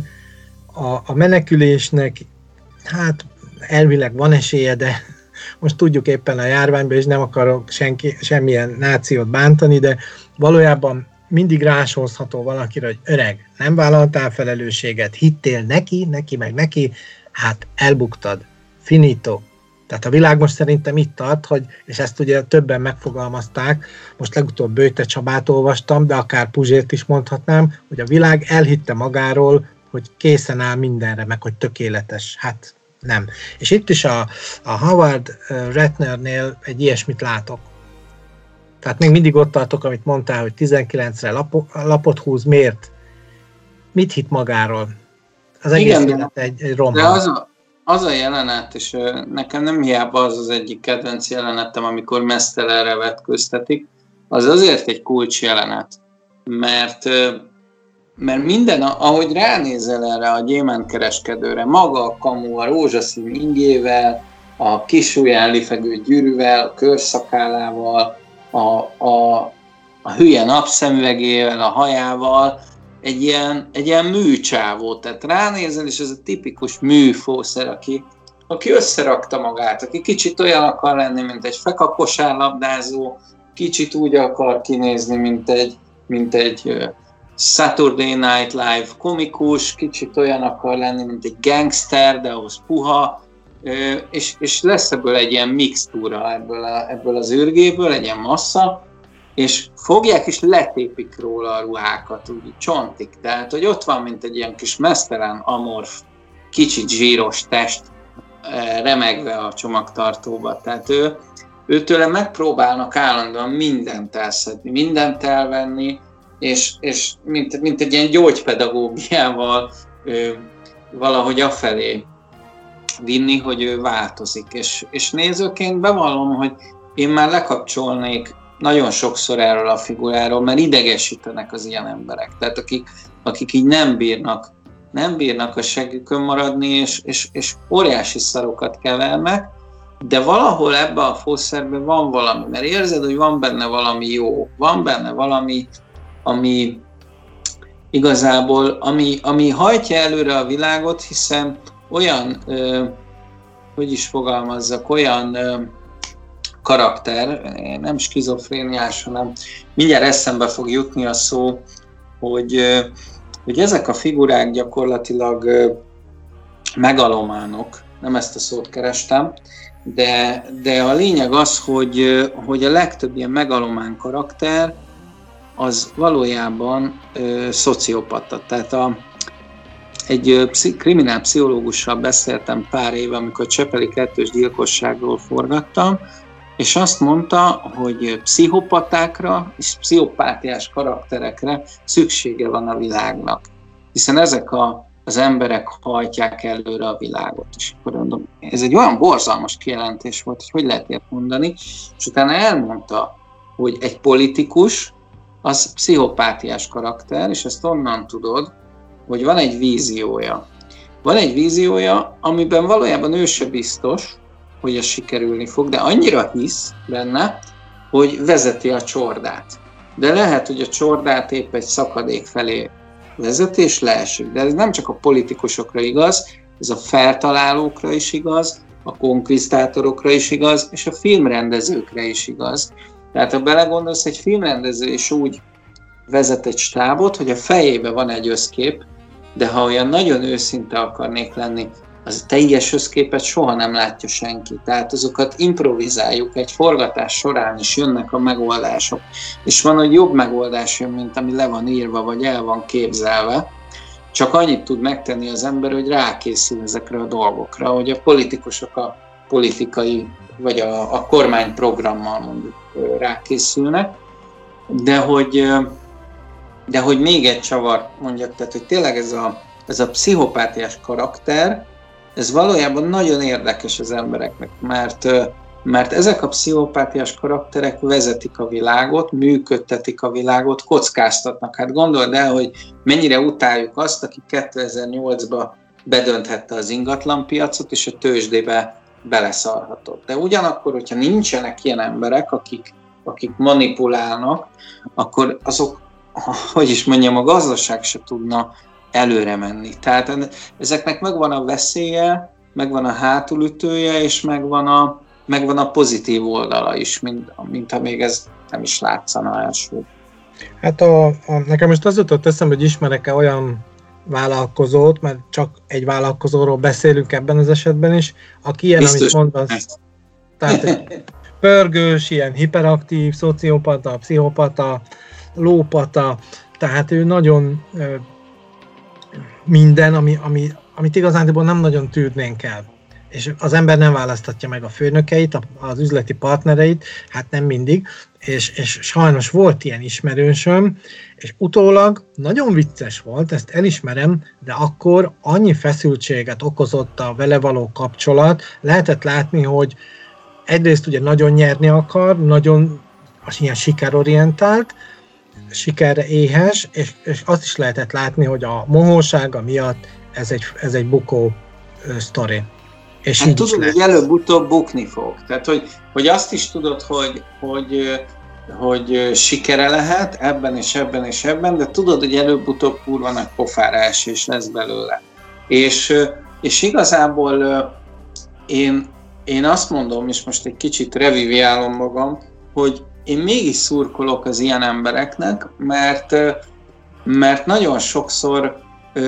a menekülésnek, hát elvileg van esélye, de most tudjuk éppen a járványban, és nem akarok semmilyen nációt bántani, de valójában mindig rásózható valakire, hogy öreg, nem vállaltál felelősséget, hittél neki, hát elbuktad, finito. Tehát a világ most szerintem itt tart, és ezt ugye többen megfogalmazták, most legutóbb Böjte Csabát olvastam, de akár Puzsért is mondhatnám, hogy a világ elhitte magáról, hogy készen áll mindenre, meg hogy tökéletes. Hát nem. És itt is a Howard Ratnernél egy ilyesmit látok. Tehát még mindig ott tartok, amit mondtál, hogy 19-re lapot húz, miért? Mit hitt magáról? Az egész élet egy romban. De az a jelenet, és nekem nem hiába az egyik kedvenc jelenetem, amikor mesztelenre vetköztetik, az azért egy kulcs jelenet, mert minden, ahogy ránézel erre a gyémántkereskedőre, maga a kamu, a rózsaszín ingével, a kisujján lifegő gyűrűvel, a körszakálával, a hülye napszemüvegével, a hajával, egy ilyen műcsávó. Tehát ránézel, és ez a tipikus műfószer, aki összerakta magát, aki kicsit olyan akar lenni, mint egy fekakosárlabdázó, kicsit úgy akar kinézni, mint egy Saturday Night Live komikus, kicsit olyan akar lenni, mint egy gangster, de ahhoz puha, és lesz ebből egy ilyen mixtúra ebből az űrgéből, egy ilyen massza, és fogják és letépik róla a ruhákat, úgy csontig. Tehát, hogy ott van, mint egy ilyen kis mesztelen, amorf, kicsit zsíros test remegve a csomagtartóba. Tehát őtőle megpróbálnak állandóan mindent elszedni, mindent elvenni, és mint egy ilyen gyógypedagógiával valahogy afelé vinni, hogy ő változik. És nézőként bevallom, hogy én már lekapcsolnék nagyon sokszor erről a figuráról, mert idegesítenek az ilyen emberek. Tehát akik így nem bírnak a segükön maradni, és óriási szarokat kevernek, de valahol ebben a fószerben van valami, mert érzed, hogy van benne valami jó, van benne valami, ami igazából, ami hajtja előre a világot, hiszen olyan, hogy is fogalmazzak, olyan karakter, nem skizofréniás, hanem mindjárt eszembe fog jutni a szó, hogy ezek a figurák gyakorlatilag megalománok, nem ezt a szót kerestem, de a lényeg az, hogy a legtöbb ilyen megalomán karakter az valójában szociopata. Tehát egy kriminálpszichológussal beszéltem pár éve, amikor Csepeli 2-ös gyilkosságról forgattam, és azt mondta, hogy pszichopatákra és pszichopátiás karakterekre szüksége van a világnak. Hiszen ezek az emberek hajtják előre a világot. És akkor mondom, ez egy olyan borzalmas kijelentés volt, hogy lehet ilyet mondani, és utána elmondta, hogy egy politikus az pszichopátiás karakter, és ezt onnan tudod, hogy van egy víziója. Van egy víziója, amiben valójában ő se biztos, hogy ez sikerülni fog, de annyira hisz benne, hogy vezeti a csordát. De lehet, hogy a csordát épp egy szakadék felé vezeti, és leesik. De ez nem csak a politikusokra igaz, ez a feltalálókra is igaz, a konkvisztátorokra is igaz, és a filmrendezőkre is igaz. Tehát ha belegondolsz, egy filmrendező is úgy vezet egy stábot, hogy a fejében van egy összkép, de ha olyan nagyon őszinte akarnék lenni, az teljes összképet soha nem látja senki. Tehát azokat improvizáljuk, egy forgatás során is jönnek a megoldások. És van, hogy jobb megoldás jön, mint ami le van írva, vagy el van képzelve. Csak annyit tud megtenni az ember, hogy rákészül ezekre a dolgokra, hogy a politikusok a politikai, vagy a kormányprogrammal mondjuk rákészülnek, de hogy még egy csavart mondjak, tehát hogy tényleg ez a pszichopátiás karakter, ez valójában nagyon érdekes az embereknek, mert ezek a pszichopátiás karakterek vezetik a világot, működtetik a világot, kockáztatnak. Hát gondold el, hogy mennyire utáljuk azt, aki 2008-ban bedönthette az ingatlanpiacot, és a tőzsdébe beleszarhatott. De ugyanakkor, hogyha nincsenek ilyen emberek, akik manipulálnak, akkor azok, hogy is mondjam, a gazdaság se tudna előre menni. Tehát ezeknek megvan a veszélye, megvan a hátulütője, és megvan a pozitív oldala is, mint ha még ez nem is látszana első. Hát nekem most az jutott eszembe, hogy ismerek-e olyan vállalkozót, mert csak egy vállalkozóról beszélünk ebben az esetben is, aki ilyen, amit mondasz, tehát egy pörgős, ilyen hiperaktív, szociopata, pszichopata, lópata, tehát ő nagyon minden, amit igazándiból nem nagyon tűrnénk el. És az ember nem választatja meg a főnökeit, az üzleti partnereit, hát nem mindig, és sajnos volt ilyen ismerősöm, és utólag nagyon vicces volt, ezt elismerem, de akkor annyi feszültséget okozott a vele való kapcsolat, lehetett látni, hogy egyrészt ugye nagyon nyerni akar, nagyon ilyen sikerorientált, sikerre éhes, és azt is lehetett látni, hogy a mohósága miatt ez egy bukó sztori. És hát tudod, hogy előbb-utóbb bukni fog. Tehát, hogy azt is tudod, hogy sikere lehet ebben és ebben és ebben, de tudod, hogy előbb-utóbb kurva nagy pofára esés lesz belőle. És igazából én azt mondom, és most egy kicsit reviviálom magam, hogy én mégis szurkolok az ilyen embereknek, mert nagyon sokszor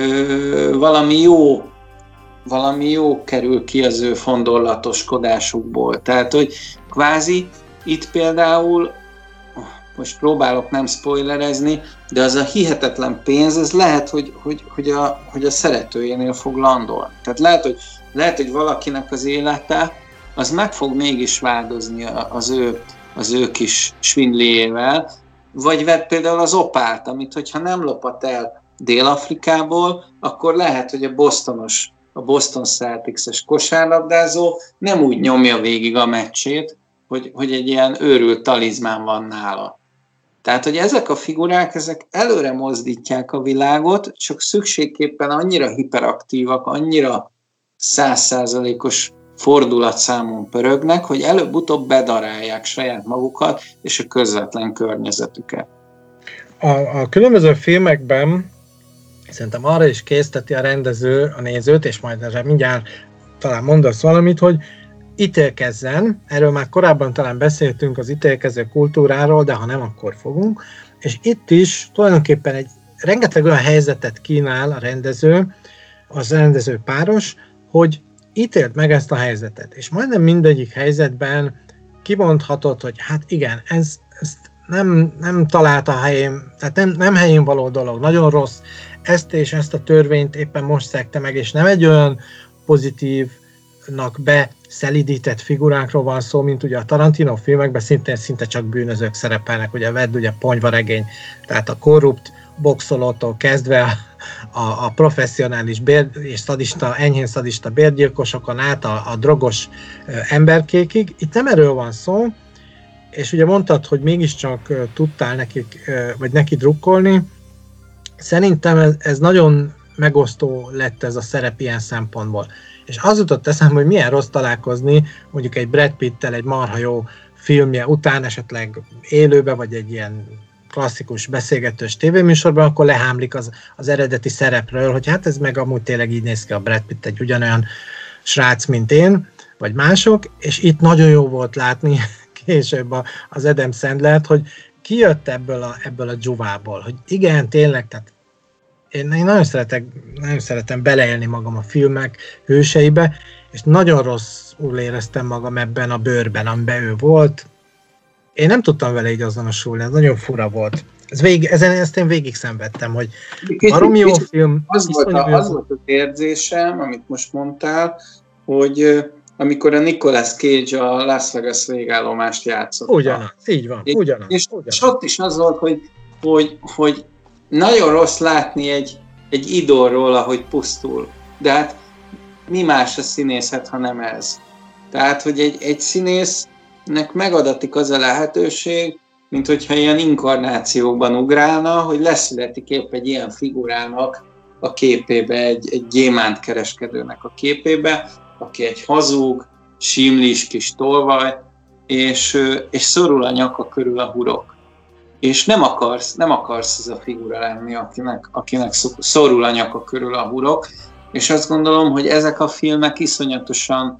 valami jó kerül ki az ő fondorlatoskodásukból. Tehát, hogy kvázi itt például, most próbálok nem spoilerezni, de az a hihetetlen pénz, ez lehet, hogy a szeretőjénél fog landolni. Tehát lehet, hogy valakinek az élete, az meg fog mégis változni az ő kis svindliével, vagy vett például az opált, amit hogyha nem lopat el Dél-Afrikából, akkor lehet, hogy a bostonos a Boston Celtics-es kosárlabdázó nem úgy nyomja végig a meccsét, hogy egy ilyen őrült talizmán van nála. Tehát, hogy ezek a figurák, ezek előre mozdítják a világot, csak szükségképpen annyira hiperaktívak, annyira 100%-os fordulatszámon pörögnek, hogy előbb-utóbb bedarálják saját magukat és a közvetlen környezetüket. A különböző filmekben szerintem arra is készteti a rendező a nézőt, és majd erre mindjárt talán mondasz valamit, hogy ítélkezzen, erről már korábban talán beszéltünk az ítélkező kultúráról, de ha nem, akkor fogunk, és itt is tulajdonképpen rengeteg olyan helyzetet kínál a rendező, az rendező páros, hogy ítéld meg ezt a helyzetet, és majdnem mindegyik helyzetben kimondhatod, hogy hát igen, ezt nem talált a helyén, tehát nem helyén való dolog, nagyon rossz, ezt és ezt a törvényt éppen most szegte meg, és nem egy olyan pozitívnak beszelidített figurákról van szó, mint ugye a Tarantino filmekben szinte csak bűnözők szerepelnek, ugye vedd ugye ponyvaregény, tehát a korrupt boxolótól kezdve a professzionális és enyhén szadista bérgyilkosokon át a drogos emberkékig. Itt nem erről van szó, és ugye mondtad, hogy mégiscsak tudtál neki drukkolni. Szerintem ez nagyon megosztó lett ez a szerep ilyen szempontból. És az jutott eszembe, hogy milyen rossz találkozni mondjuk egy Brad Pitt-tel egy marha jó filmje után, esetleg élőbe, vagy egy ilyen klasszikus beszélgetős tévéműsorban, akkor lehámlik az eredeti szerepről, hogy hát ez meg amúgy tényleg így néz ki, a Brad Pitt egy ugyanolyan srác, mint én, vagy mások, és itt nagyon jó volt látni később az Adam Sandlert, hogy kijött ebből a dzsuvából, hogy igen, tényleg, tehát én nagyon szeretem beleélni magam a filmek hőseibe, és nagyon rosszul éreztem magam ebben a bőrben, amiben ő volt. Én nem tudtam vele így azonosulni, ez nagyon fura volt. Ezt én végig szenvedtem, hogy baromi jó film. Az volt az érzésem, amit most mondtál, hogy amikor a Nicolas Cage a Las Vegas végállomást játszotta. Ugyanaz, így van, ugyanaz. És ott is az volt, hogy nagyon rossz látni egy idolról, ahogy pusztul. De hát mi más a színészet, ha nem ez? Tehát, hogy egy színésznek megadatik az a lehetőség, mint hogyha ilyen inkarnációkban ugrálna, hogy leszületik épp egy ilyen figurának a képébe, egy gyémántkereskedőnek a képébe, aki egy hazug, simlis kis tolvaj, és szorul a nyaka körül a hurok. És nem akarsz az a figura lenni, akinek szorul a nyaka körül a hurok, és azt gondolom, hogy ezek a filmek iszonyatosan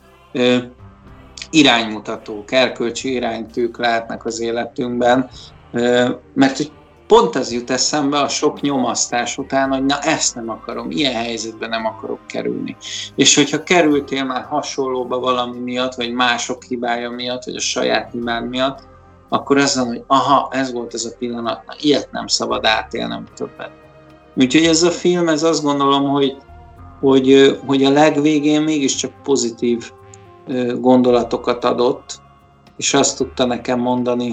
iránymutatók, erkölcsi iránytűk lehetnek az életünkben, mert hogy pont az jut eszembe a sok nyomasztás után, hogy na ezt nem akarom, ilyen helyzetben nem akarok kerülni. És hogyha kerültél már hasonlóba valami miatt, vagy mások hibája miatt, vagy a saját hibád miatt, akkor az van, hogy aha, ez volt ez a pillanat, na ilyet nem szabad átélnem többet. Úgyhogy ez a film, ez azt gondolom, hogy a legvégén mégiscsak pozitív gondolatokat adott, és azt tudta nekem mondani,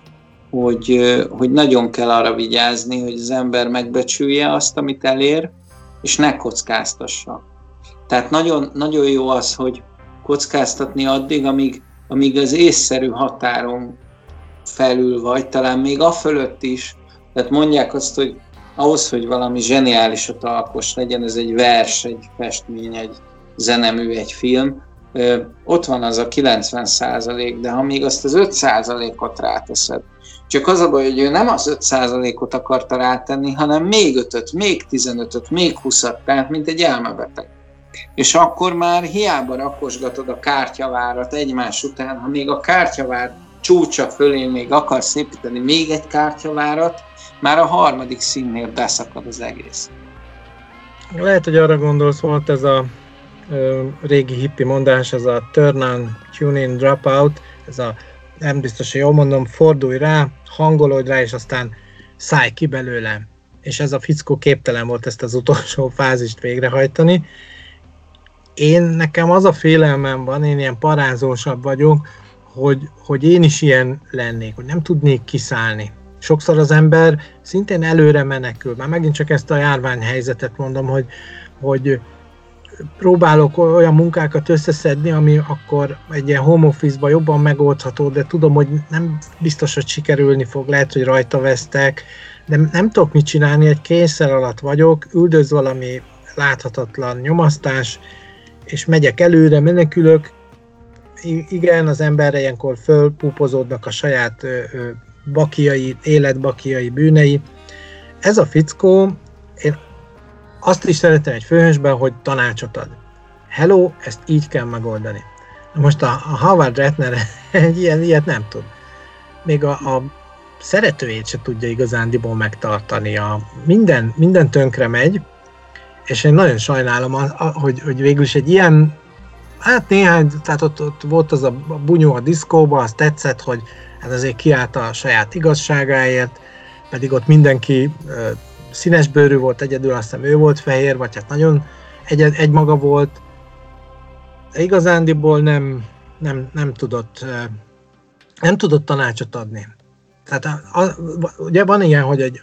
hogy nagyon kell arra vigyázni, hogy az ember megbecsülje azt, amit elér, és ne kockáztassa. Tehát nagyon, nagyon jó az, hogy kockáztatni addig, amíg az észszerű határon felül vagy, talán még a fölött is. Tehát mondják azt, hogy ahhoz, hogy valami zseniálisat alkoss legyen, ez egy vers, egy festmény, egy zenemű, egy film, ott van az a 90%, de ha még azt az 5%-ot ráteszed, csak az a baj, hogy ő nem az 5%-ot akarta rátenni, hanem még 5-öt, még 15-öt, még 20-at, tehát mint egy elmebeteg. És akkor már hiába rakosgatod a kártyavárat egymás után, ha még a kártyavár csúcsa fölé még akarsz építeni még egy kártyavárat, már a harmadik színnél beszakad az egész. Lehet, hogy arra gondolsz, volt ez a régi hippi mondás, ez a turn on, tune in, drop out, ez a nem biztos, hogy jól mondom, fordulj rá, hangolódj rá, és aztán szállj ki belőle. És ez a fickó képtelen volt ezt az utolsó fázist végrehajtani. Nekem az a félelmem van, én ilyen parázósabb vagyok, hogy én is ilyen lennék, hogy nem tudnék kiszállni. Sokszor az ember szintén előre menekül. Már megint csak ezt a járványhelyzetet mondom, hogy próbálok olyan munkákat összeszedni, ami akkor egy ilyen home office-ban jobban megoldható, de tudom, hogy nem biztos, hogy sikerülni fog, lehet, hogy rajta vesztek, de nem tudok mit csinálni, egy kényszer alatt vagyok, üldöz valami láthatatlan nyomasztás, és megyek előre, menekülök. Igen, az emberre ilyenkor fölpúpozódnak a saját bakiai, életbakiai bűnei. Ez a fickó, én azt is szeretem egy főhősben, hogy tanácsot ad. Hello, ezt így kell megoldani. Most a Howard Ratner egy ilyet nem tud. Még a szeretőjét se tudja igazándiból megtartani. Minden tönkre megy, és én nagyon sajnálom, hogy végül is egy ilyen, hát néhány, tehát ott volt az a bunyó a diszkóban, az tetszett, hogy hát azért kiállt a saját igazságáért, pedig ott mindenki színesbőrű volt, egyedül azt hiszem ő volt fehér, vagy hát nagyon egymaga volt, de igazándiból nem tudott tanácsot adni. Tehát ugye van ilyen, hogy egy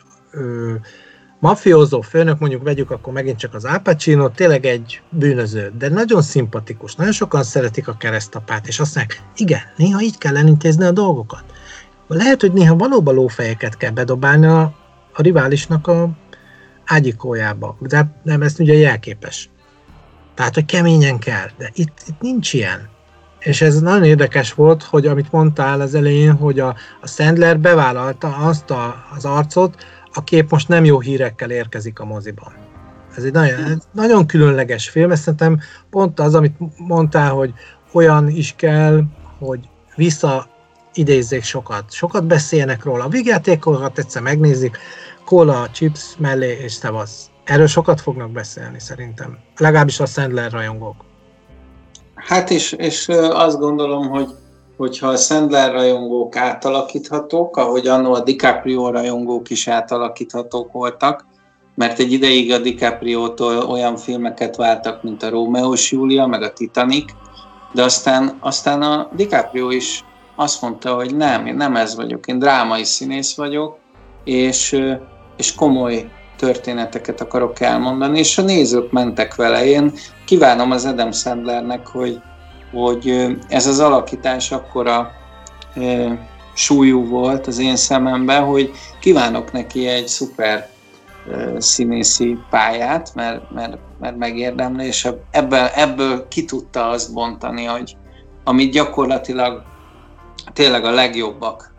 mafiózó főnök, mondjuk vegyük akkor megint csak az Al Pacino, tényleg egy bűnöző, de nagyon szimpatikus, nagyon sokan szeretik a keresztapát, és azt mondják, igen, néha így kell elintézni a dolgokat. Lehet, hogy néha valóban lófejeket kell bedobálni a riválisnak a ágyikójába, de nem, ez ugye jelképes. Tehát, hogy keményen kell, de itt nincs ilyen. És ez nagyon érdekes volt, hogy amit mondtál az elején, hogy a Sandler bevállalta azt az arcot, a kép most nem jó hírekkel érkezik a moziban. Ez egy nagyon különleges film, ezt szerintem pont az, amit mondtál, hogy olyan is kell, hogy visszaidézzék sokat. Sokat beszéljenek róla. A vígjátékokat egyszer megnézik, kóla, chips mellé és szevasz. Erről sokat fognak beszélni szerintem. Legalábbis a Sandler rajongók. Hát és azt gondolom, hogyha a Sandler rajongók átalakíthatók, ahogy annó a DiCaprio rajongók is átalakíthatók voltak, mert egy ideig a DiCaprio-tól olyan filmeket vártak, mint a Rómeó és Júlia, meg a Titanic, de aztán a DiCaprio is azt mondta, hogy nem, én nem ez vagyok, én drámai színész vagyok, és komoly történeteket akarok elmondani, és a nézők mentek vele. Én kívánom az Adam Sandlernek, hogy ez az alakítás akkora súlyú volt az én szememben, hogy kívánok neki egy szuper színészi pályát, mert megérdemli, és ebből ki tudta azt bontani, hogy amit gyakorlatilag tényleg a legjobbak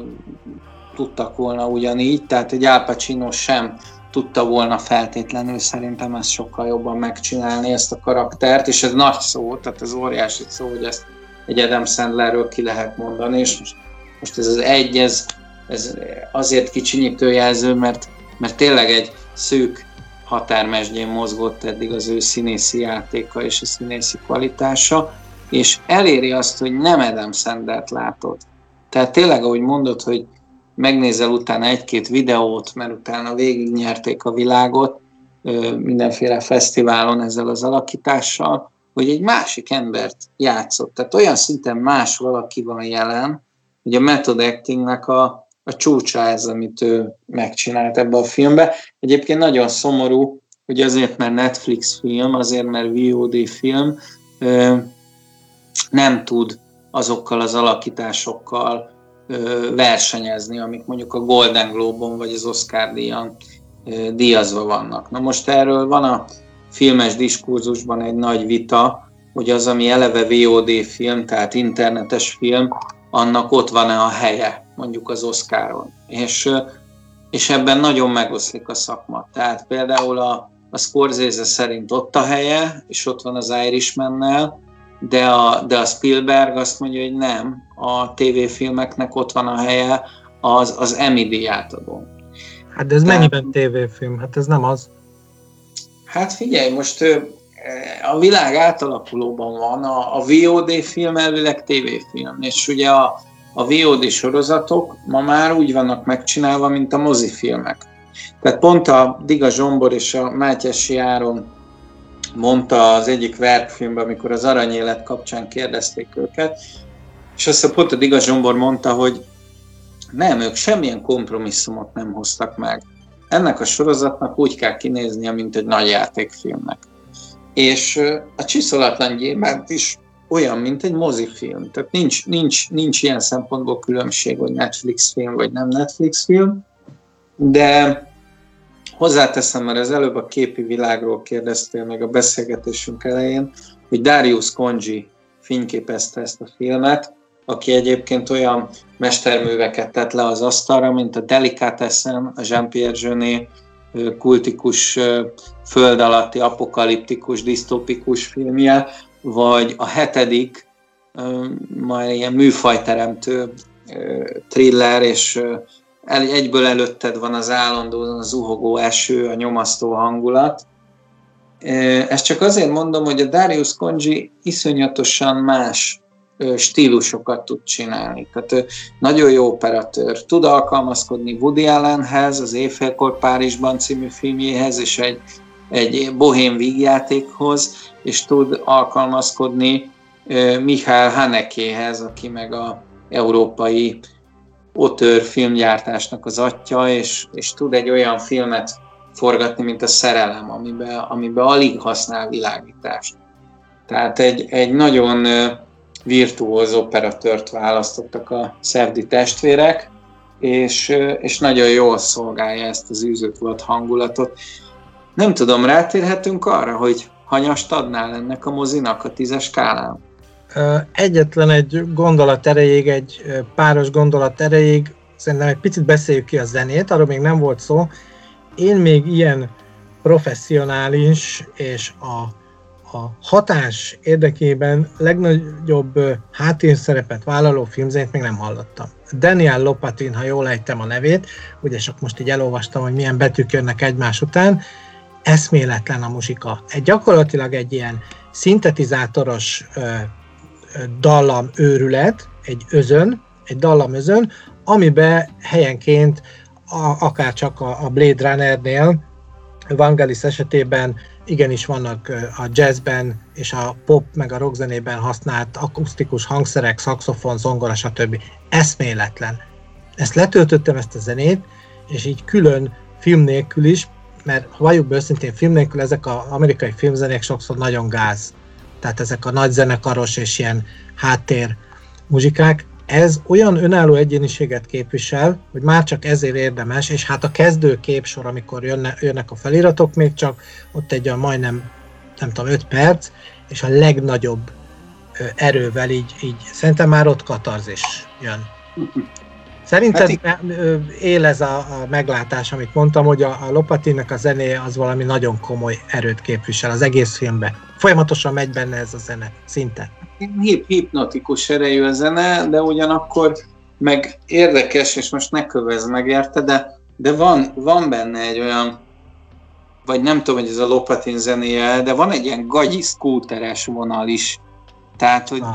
tudtak volna ugyanígy, tehát egy Al Pacino sem tudta volna feltétlenül szerintem ezt sokkal jobban megcsinálni, ezt a karaktert, és ez nagy szó, tehát ez óriási szó, hogy ezt egy Adam Sandlerről ki lehet mondani, és most ez az egy, ez azért kicsinyítő jelző, mert tényleg egy szűk határmesdjén mozgott eddig az ő színészi játéka és a színészi kvalitása, és eléri azt, hogy nem Adam Sandlert látod. Tehát tényleg, ahogy mondod, hogy megnézel utána egy-két videót, mert utána végignyerték a világot mindenféle fesztiválon ezzel az alakítással, hogy egy másik embert játszott. Tehát olyan szinten más valaki van jelen, hogy a method actingnek a csúcsa ez, amit ő megcsinált ebbe a filmbe. Egyébként nagyon szomorú, hogy azért, mert Netflix film, azért, mert VOD film, nem tud azokkal az alakításokkal versenyezni, amik mondjuk a Golden Globe-on vagy az Oscar díjon díjazva vannak. Na most erről van a filmes diskurzusban egy nagy vita, hogy az, ami eleve VOD film, tehát internetes film, annak ott van-e a helye, mondjuk az Oscaron. És ebben nagyon megoszlik a szakma. Tehát például a Scorsese szerint ott a helye, és ott van az Irishmannel, de a Spielberg azt mondja, hogy nem, a tévéfilmeknek ott van a helye az Emmy díját adó. Hát de ez mennyiben tévéfilm? Hát ez nem az. Hát figyelj, most a világ átalakulóban van, a VOD film elvileg tévéfilm, és ugye a VOD sorozatok ma már úgy vannak megcsinálva, mint a mozifilmek. Tehát pont a Diga Zsombor és a Mátyássy Áron mondta az egyik verkfilmben, amikor az Aranyélet kapcsán kérdezték őket, és aztán pont a Diga Zsombor mondta, hogy nem, ők semmilyen kompromisszumot nem hoztak meg. Ennek a sorozatnak úgy kell kinéznie, mint egy nagy játékfilmnek. és a Csiszolatlan gyémánt is olyan, mint egy mozifilm. Tehát nincs ilyen szempontból különbség, hogy Netflix film, vagy nem Netflix film, de hozzáteszem, mert az előbb a képi világról kérdeztél meg a beszélgetésünk elején, hogy Darius Khondji fényképezte ezt a filmet, aki egyébként olyan mesterműveket tett le az asztalra, mint a Delicatessen, a Jean-Pierre Jeunet kultikus, föld alatti, apokaliptikus, disztópikus filmje, vagy a 7. majd ilyen műfajteremtő thriller, és egyből előtted van az állandóan zuhogó eső, a nyomasztó hangulat. Ezt csak azért mondom, hogy a Darius Khondji iszonyatosan más stílusokat tud csinálni. Tehát nagyon jó operatőr, tud alkalmazkodni Woody Allenhez, az Éjfélkor Párizsban című filmjéhez, és egy bohém vígjátékhoz, és tud alkalmazkodni Michael Hanekéhez, aki meg az európai auteur filmgyártásnak az atya, és tud egy olyan filmet forgatni, mint a Szerelem, amiben alig használ világítást. Tehát egy nagyon virtuóz operatőrt választottak a Safdie testvérek, és nagyon jól szolgálja ezt az űzött volt hangulatot. Nem tudom, rátérhetünk arra, hogy hanyast adnál ennek a mozinak a 10-es skálán? Egyetlen egy gondolat erejéig, egy páros gondolat erejéig, szerintem egy picit beszéljük ki a zenét, arról még nem volt szó. Én még ilyen professzionális és a hatás érdekében legnagyobb háttérszerepet vállaló filmzenét még nem hallottam. Daniel Lopatin, ha jól ejtem a nevét, ugye csak most így elolvastam, hogy milyen betűk jönnek egymás után, eszméletlen a muzsika. Gyakorlatilag egy ilyen szintetizátoros dallamőrület, egy dallamözön, amiben helyenként akár csak a Blade Runnernél, Vangelis esetében igenis vannak a jazzben és a pop meg a rockzenében használt akusztikus hangszerek, szaxofon, zongora, stb. Eszméletlen. Ezt letöltöttem, ezt a zenét, és így külön film nélkül is, mert ha valljuk be őszintén, film nélkül ezek az amerikai filmzenék sokszor nagyon gáz. Tehát ezek a nagy zenekaros és ilyen háttér muzsikák. Ez olyan önálló egyéniséget képvisel, hogy már csak ezért érdemes, és hát a kezdő képsor, amikor jönnek a feliratok, még csak ott egy majdnem, nem tudom, 5 perc, és a legnagyobb erővel így szerintem már ott katarzis jön. Szerinted él ez a meglátás, amit mondtam, hogy a Lopatinnek a zenéje az valami nagyon komoly erőt képvisel az egész filmben. Folyamatosan megy benne ez a zene, szinte. Hipnotikus erejű a zene, de ugyanakkor meg érdekes, és most ne kövezd meg érte, de van benne egy olyan, vagy nem tudom, hogy ez a Lopatin zenéje, de van egy ilyen gagyi szkúteres vonal is. Tehát, hogy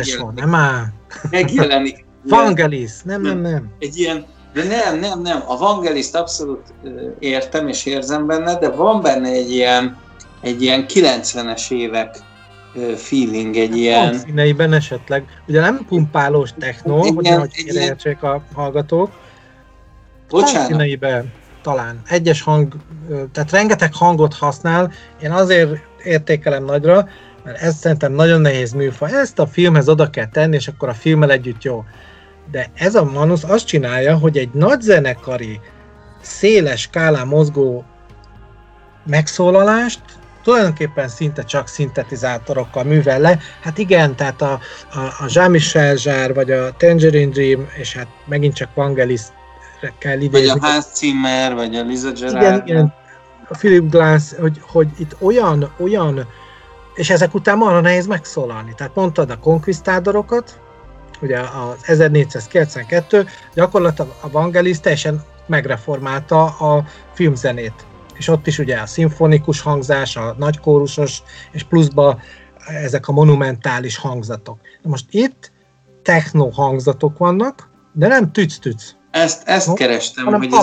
megjelenik. Vangelis, nem. Egy ilyen, de nem. A Vangelist abszolút értem és érzem benne, de van benne egy ilyen 90-es évek feeling, egy ilyen... Hangszíneiben esetleg. Ugye nem pumpálós techno, hogy értsék a hallgatók. Hangszíneiben talán. Egyes hang, tehát rengeteg hangot használ. Én azért értékelem nagyra, mert ez szerintem nagyon nehéz műfaj. Ezt a filmhez oda kell tenni, és akkor a filmmel együtt jó. De ez a Manus azt csinálja, hogy egy nagy zenekari, széles skálán mozgó megszólalást tulajdonképpen szinte csak szintetizátorokkal művel le. Hát igen, tehát a Jean-Michel Jarre, vagy a Tangerine Dream, és hát megint csak Vangelis kell idézni. Vagy a Hans Zimmer, vagy a Lisa Gerrard. Igen, a Philip Glass, hogy itt olyan, és ezek után marha nehéz megszólalni. Tehát mondtad a Conquistadorokat, ugye az 1492, gyakorlatilag a Vangelis teljesen megreformálta a filmzenét. És ott is ugye a szimfonikus hangzás, a nagykórusos, és pluszba ezek a monumentális hangzatok. De most itt techno hangzatok vannak, de nem tüc-tüc. Ezt kerestem, hogy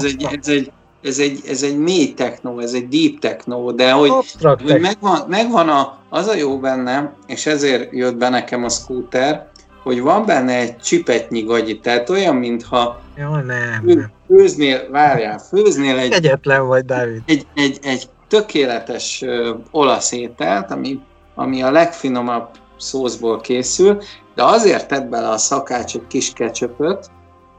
ez egy mély techno, ez egy deep techno, de hogy megvan az a jó benne, és ezért jött be nekem a Scooter, hogy van benne egy csipetnyi gagyi, tehát olyan, mintha főznél egy... Egyetlen vagy, Dávid. tökéletes olasz ételt, ami a legfinomabb szószból készül, de azért tett bele a szakács egy kis ketchupöt,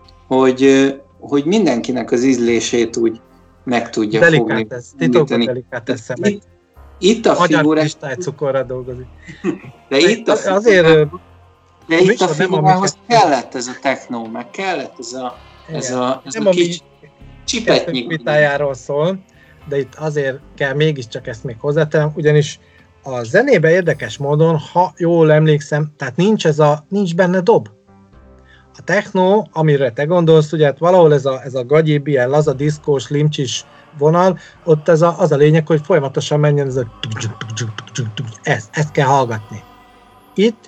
hogy mindenkinek az ízlését úgy meg tudja fogni. Titokban delikátesz szemek. Itt a figurák... cukorra dolgozik. De itt a figurához kellett ez a techno, meg kellett ez a kis csipetnyi. Vitájáról szól, de itt azért kell mégiscsak ezt még hozzátennem, ugyanis a zenébe érdekes módon, ha jól emlékszem, tehát nincs benne dob. A techno, amire te gondolsz, ugye hát valahol ez a gagyibb, ilyen laza, diszkós, limcsis vonal, ott az a lényeg, hogy folyamatosan menjen ez a ezt kell hallgatni. Itt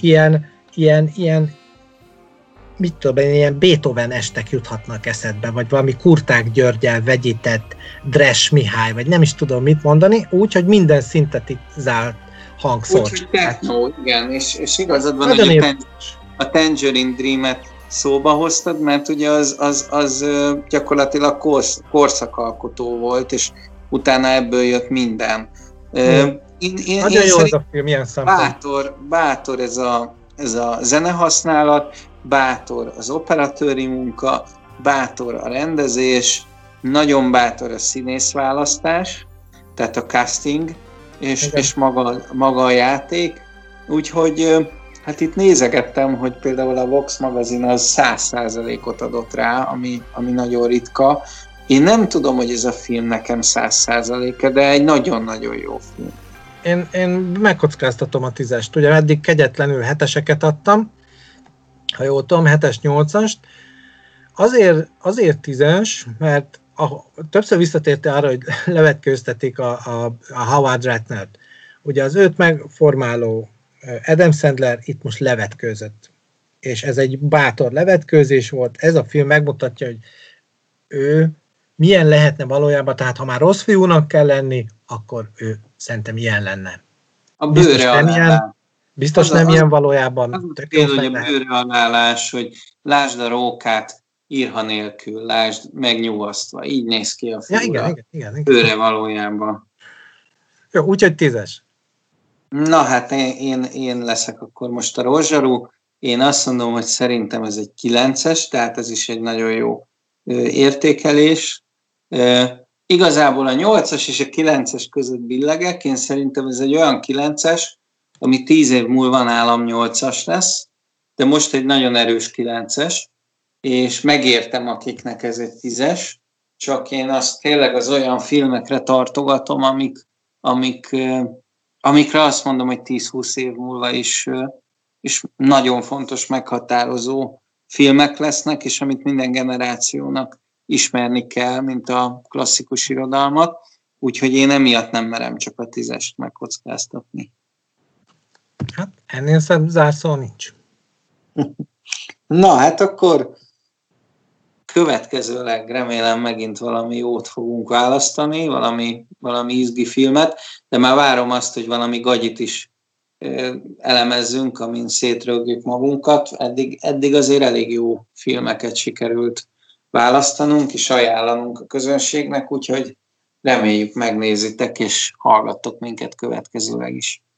ilyen mit tudom én, ilyen Beethoven estek juthatnak eszedbe, vagy valami Kurták Györgyel vegyített Dres Mihály, vagy nem is tudom mit mondani, úgyhogy minden szintetizált hang szól. Úgyhogy techno, igen, és igazad van, hogy a Tangerine Dream-et szóba hoztad, mert ugye az gyakorlatilag korszakalkotó volt, és utána ebből jött minden. Nagyon jó az a film, ilyen szempont. Bátor ez a zenehasználat, bátor az operatőri munka, bátor a rendezés, nagyon bátor a színészválasztás, tehát a casting, és maga a játék. Úgyhogy hát itt nézegettem, hogy például a Vox magazin az 100%-ot adott rá, ami nagyon ritka. Én nem tudom, hogy ez a film nekem 100%-a, de egy nagyon-nagyon jó film. Én megkockáztatom a 10-est. Ugye eddig kegyetlenül 7-eseket adtam, ha jól tudom, 7-es, 8-ast. Azért 10-es, mert többször visszatérte arra, hogy levetkőztetik a Howard Ratnert. Ugye az őt megformáló Adam Sandler itt most levetkőzött. És ez egy bátor levetkőzés volt. Ez a film megmutatja, hogy ő milyen lehetne valójában, tehát ha már rossz fiúnak kell lenni, akkor ő szerintem ilyen lenne. A bőre alá. Biztos nem ilyen valójában. Az például, hogy a bőrealálás, hogy lásd a rókát írha nélkül, lásd megnyugasztva. Így néz ki a figura. Igen. Bőre valójában. Jó, úgyhogy 10-es. Na hát én leszek akkor most a rozsarú. Én azt mondom, hogy szerintem ez egy 9-es, tehát ez is egy nagyon jó értékelés. Igazából a 8-as és a 9-es között billegek. Én szerintem ez egy olyan 9-es, ami 10 év múlva nálam 8-as lesz, de most egy nagyon erős 9-es, és megértem, akiknek ez egy 10-es, csak én azt tényleg az olyan filmekre tartogatom, amikre azt mondom, hogy 10-20 év múlva is nagyon fontos, meghatározó filmek lesznek, és amit minden generációnak ismerni kell, mint a klasszikus irodalmat, úgyhogy én emiatt nem merem csak a 10-est megkockáztatni. Hát ennél szebb zárszó nincs. Na, hát akkor következőleg remélem megint valami jót fogunk választani, valami izgi filmet, de már várom azt, hogy valami gagyit is elemezzünk, amin szétrögjük magunkat. Eddig azért elég jó filmeket sikerült választanunk és ajánlanunk a közönségnek, úgyhogy reméljük megnézitek és hallgattok minket következőleg is.